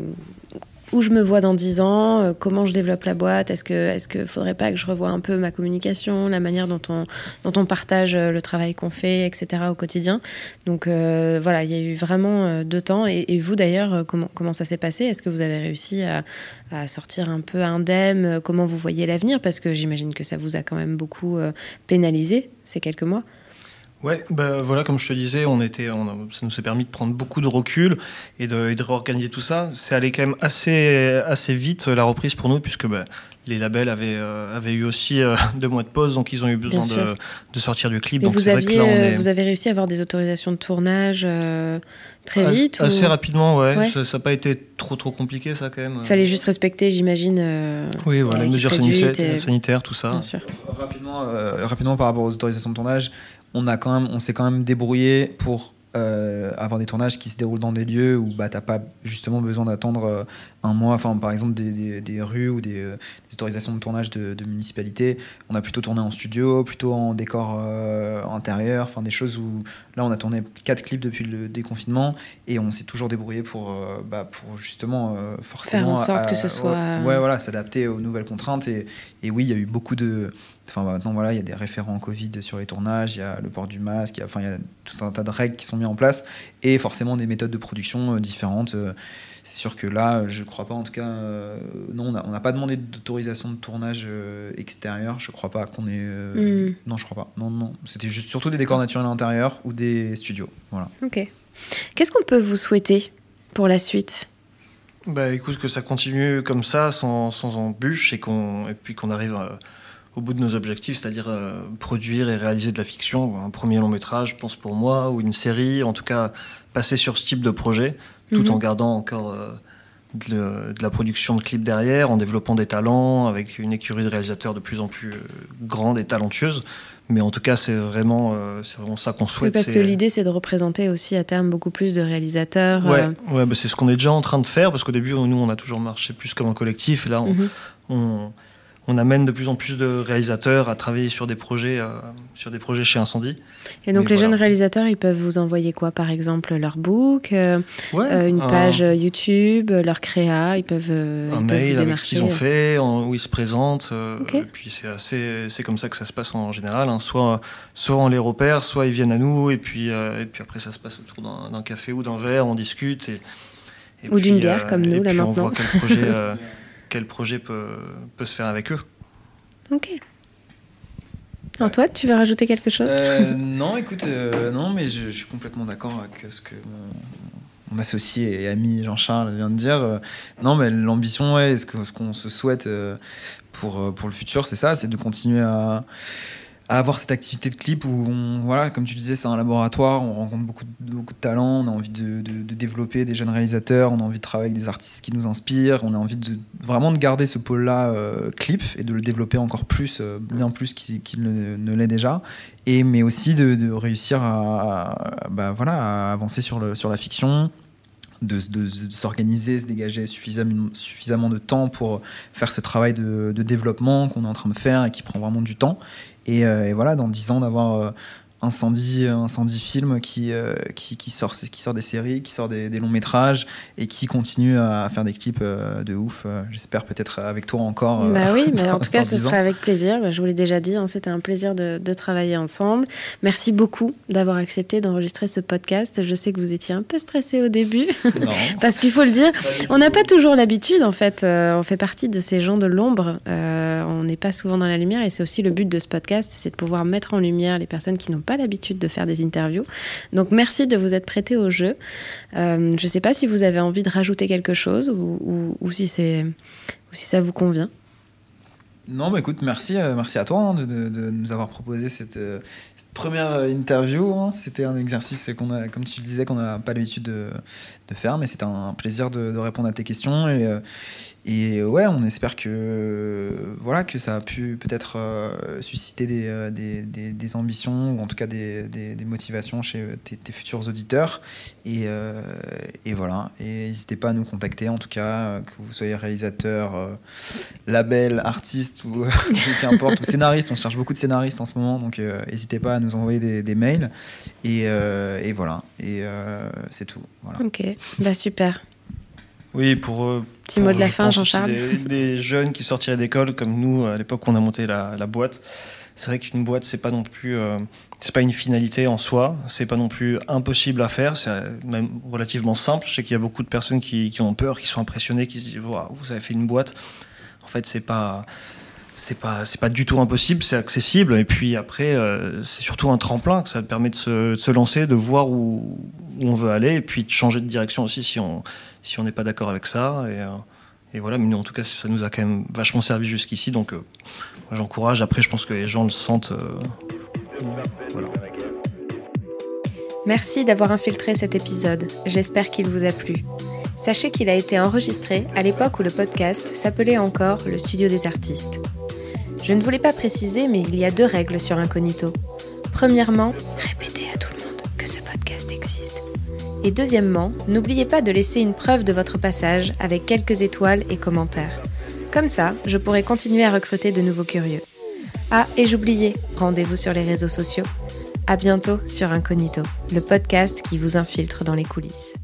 où je me vois dans dix ans, euh, comment je développe la boîte, est-ce que est-ce que faudrait pas que je revoie un peu ma communication, la manière dont on dont on partage le travail qu'on fait, et cetera au quotidien. Donc euh, voilà, il y a eu vraiment euh, deux temps. Et, et vous d'ailleurs, comment comment ça s'est passé? Est-ce que vous avez réussi à, à sortir un peu indemne? Comment vous voyez l'avenir? Parce que j'imagine que ça vous a quand même beaucoup euh, pénalisé ces quelques mois. Ouais, bah voilà, comme je te disais, on était, on a, ça nous a permis de prendre beaucoup de recul et de, et de réorganiser tout ça. C'est allé quand même assez, assez vite la reprise pour nous, puisque bah, les labels avaient, euh, avaient eu aussi euh, deux mois de pause, donc ils ont eu besoin de, de sortir du clip. Mais donc vous, c'est aviez, vrai que là, on est... vous avez réussi à avoir des autorisations de tournage euh, très As, vite Assez ou... rapidement, ouais. ouais. Ça n'a pas été trop, trop compliqué, ça, quand même. Il fallait juste respecter, j'imagine, euh, oui, voilà, les mesures sanitaires, et... sanitaires, tout ça. Bien sûr. Rapidement, euh, rapidement, par rapport aux autorisations de tournage, on, a quand même, on s'est quand même débrouillé pour euh, avoir des tournages qui se déroulent dans des lieux où bah, tu n'as pas justement besoin d'attendre euh, un mois. Enfin, par exemple, des, des, des rues ou des, euh, des autorisations de tournage de, de municipalités. On a plutôt tourné en studio, plutôt en décor euh, intérieur. Enfin, des choses où... Là, on a tourné quatre clips depuis le déconfinement et on s'est toujours débrouillé pour, euh, bah, pour justement euh, forcément... Faire en sorte à, que ce soit... Ouais, ouais, voilà, s'adapter aux nouvelles contraintes. Et, et oui, il y a eu beaucoup de... Enfin, maintenant, voilà, il y a des référents Covid sur les tournages, il y a le port du masque, il y a, enfin, il y a tout un tas de règles qui sont mises en place et forcément des méthodes de production euh, différentes. Euh, c'est sûr que là, je ne crois pas, en tout cas, euh, non, on n'a pas demandé d'autorisation de tournage euh, extérieur. Je ne crois pas qu'on ait... Euh, mm. Non, je ne crois pas. Non, non. C'était juste, surtout des décors naturels intérieurs ou des studios. Voilà. Ok. Qu'est-ce qu'on peut vous souhaiter pour la suite ? Bah, écoute, que ça continue comme ça, sans, sans embûches, et, qu'on, et puis qu'on arrive... À... au bout de nos objectifs, c'est-à-dire euh, produire et réaliser de la fiction, un premier long métrage, je pense pour moi, ou une série, en tout cas passer sur ce type de projet, tout mm-hmm. en gardant encore euh, de, de la production de clips derrière, en développant des talents, avec une écurie de réalisateurs de plus en plus euh, grande et talentueuse. Mais en tout cas, c'est vraiment, euh, c'est vraiment ça qu'on souhaite. Oui, parce c'est... que l'idée, c'est de représenter aussi à terme beaucoup plus de réalisateurs. Ouais, euh... ouais bah c'est ce qu'on est déjà en train de faire, parce qu'au début, nous, on a toujours marché plus comme un collectif. Et là, on, mm-hmm. on, on amène de plus en plus de réalisateurs à travailler sur des projets, euh, sur des projets chez Incendie. Et donc, Mais les voilà. jeunes réalisateurs, ils peuvent vous envoyer quoi? Par exemple, leur book, euh, ouais, euh, une un... page YouTube, leur créa, ils peuvent euh, Un ils mail peuvent avec ce qu'ils ont fait, en, où ils se présentent. Euh, okay. Et puis, c'est, assez, c'est comme ça que ça se passe en général. Hein. Soit, soit on les repère, soit ils viennent à nous. Et puis, euh, et puis après, ça se passe autour d'un, d'un café ou d'un verre, on discute. Et, et ou puis, d'une bière, euh, comme nous, là, puis maintenant. on voit quel projet, euh, quel projet peut, peut se faire avec eux. Ok. Antoine, tu veux rajouter quelque chose? euh, Non, écoute, euh, non, mais je, je suis complètement d'accord avec ce que mon, mon associé et ami Jean-Charles vient de dire. Euh, non, mais l'ambition, ouais, ce, que, ce qu'on se souhaite euh, pour, pour le futur, c'est ça, c'est de continuer à, à avoir cette activité de clip où, on, voilà, comme tu disais, c'est un laboratoire, on rencontre beaucoup de, beaucoup de talents, on a envie de, de, de développer des jeunes réalisateurs, on a envie de travailler avec des artistes qui nous inspirent, on a envie de, vraiment de garder ce pôle-là euh, clip et de le développer encore plus, euh, bien plus qu'il, qu'il ne, ne l'est déjà, et, mais aussi de, de réussir à, à, bah, voilà, à avancer sur, le, sur la fiction, De, de, de s'organiser, se dégager suffisamment, suffisamment de temps pour faire ce travail de, de développement qu'on est en train de faire et qui prend vraiment du temps. Et, euh, et voilà, dans dix ans, d'avoir euh, Incendie, Incendie Film qui, euh, qui, qui, sort, qui sort des séries, qui sort des, des longs métrages et qui continue à faire des clips euh, de ouf. Euh, j'espère peut-être avec toi encore. Euh, bah oui, mais en tout cas, ce ans. sera avec plaisir. Bah, je vous l'ai déjà dit, hein, c'était un plaisir de, de travailler ensemble. Merci beaucoup d'avoir accepté d'enregistrer ce podcast. Je sais que vous étiez un peu stressé au début, Non. parce qu'il faut le dire, on n'a pas toujours l'habitude, en fait. Euh, on fait partie de ces gens de l'ombre. Euh, on n'est pas souvent dans la lumière et c'est aussi le but de ce podcast, c'est de pouvoir mettre en lumière les personnes qui n'ont pas l'habitude de faire des interviews. Donc merci de vous être prêté au jeu. Euh, je ne sais pas si vous avez envie de rajouter quelque chose ou, ou, ou, si, c'est, ou si ça vous convient. Non, mais écoute, merci, euh, merci à toi hein, de, de, de nous avoir proposé cette, euh, cette première interview. Hein. C'était un exercice qu'on a, comme tu le disais, qu'on n'a pas l'habitude de, de faire, mais c'était un plaisir de, de répondre à tes questions. Et, euh, Et ouais, on espère que, euh, voilà, que ça a pu peut-être euh, susciter des, euh, des, des, des ambitions ou en tout cas des, des, des motivations chez tes, tes futurs auditeurs. Et, euh, et voilà. Et n'hésitez pas à nous contacter, en tout cas, euh, que vous soyez réalisateur, euh, label, artiste ou euh, qu'importe, ou scénariste. On cherche beaucoup de scénaristes en ce moment, donc euh, n'hésitez pas à nous envoyer des, des mails. Et, euh, et voilà. Et euh, c'est tout. Voilà. Ok, bah super. Oui, pour, euh, Petit pour mot de la fin, Jean-Charles. Des, des jeunes qui sortiraient d'école, comme nous, à l'époque où on a monté la, la boîte. C'est vrai qu'une boîte, c'est pas non plus, euh, c'est pas une finalité en soi. C'est pas non plus impossible à faire. C'est même relativement simple. Je sais qu'il y a beaucoup de personnes qui, qui ont peur, qui sont impressionnées, qui se disent wow, vous avez fait une boîte. En fait, c'est pas, c'est pas, c'est pas du tout impossible. C'est accessible. Et puis après, euh, c'est surtout un tremplin que ça permet de se, de se lancer, de voir où, où on veut aller, et puis de changer de direction aussi si on si on n'est pas d'accord avec ça. Et, euh, et voilà, mais nous, en tout cas, ça nous a quand même vachement servi jusqu'ici. Donc, euh, moi, j'encourage. Après, je pense que les gens le sentent. Euh, voilà. Merci d'avoir infiltré cet épisode. J'espère qu'il vous a plu. Sachez qu'il a été enregistré à l'époque où le podcast s'appelait encore le Studio des artistes. Je ne voulais pas préciser, mais il y a deux règles sur Incognito. Premièrement, répétez à tout le monde que ce podcast existe. Et deuxièmement, n'oubliez pas de laisser une preuve de votre passage avec quelques étoiles et commentaires. Comme ça, je pourrai continuer à recruter de nouveaux curieux. Ah, et j'oubliais, rendez-vous sur les réseaux sociaux. À bientôt sur Incognito, le podcast qui vous infiltre dans les coulisses.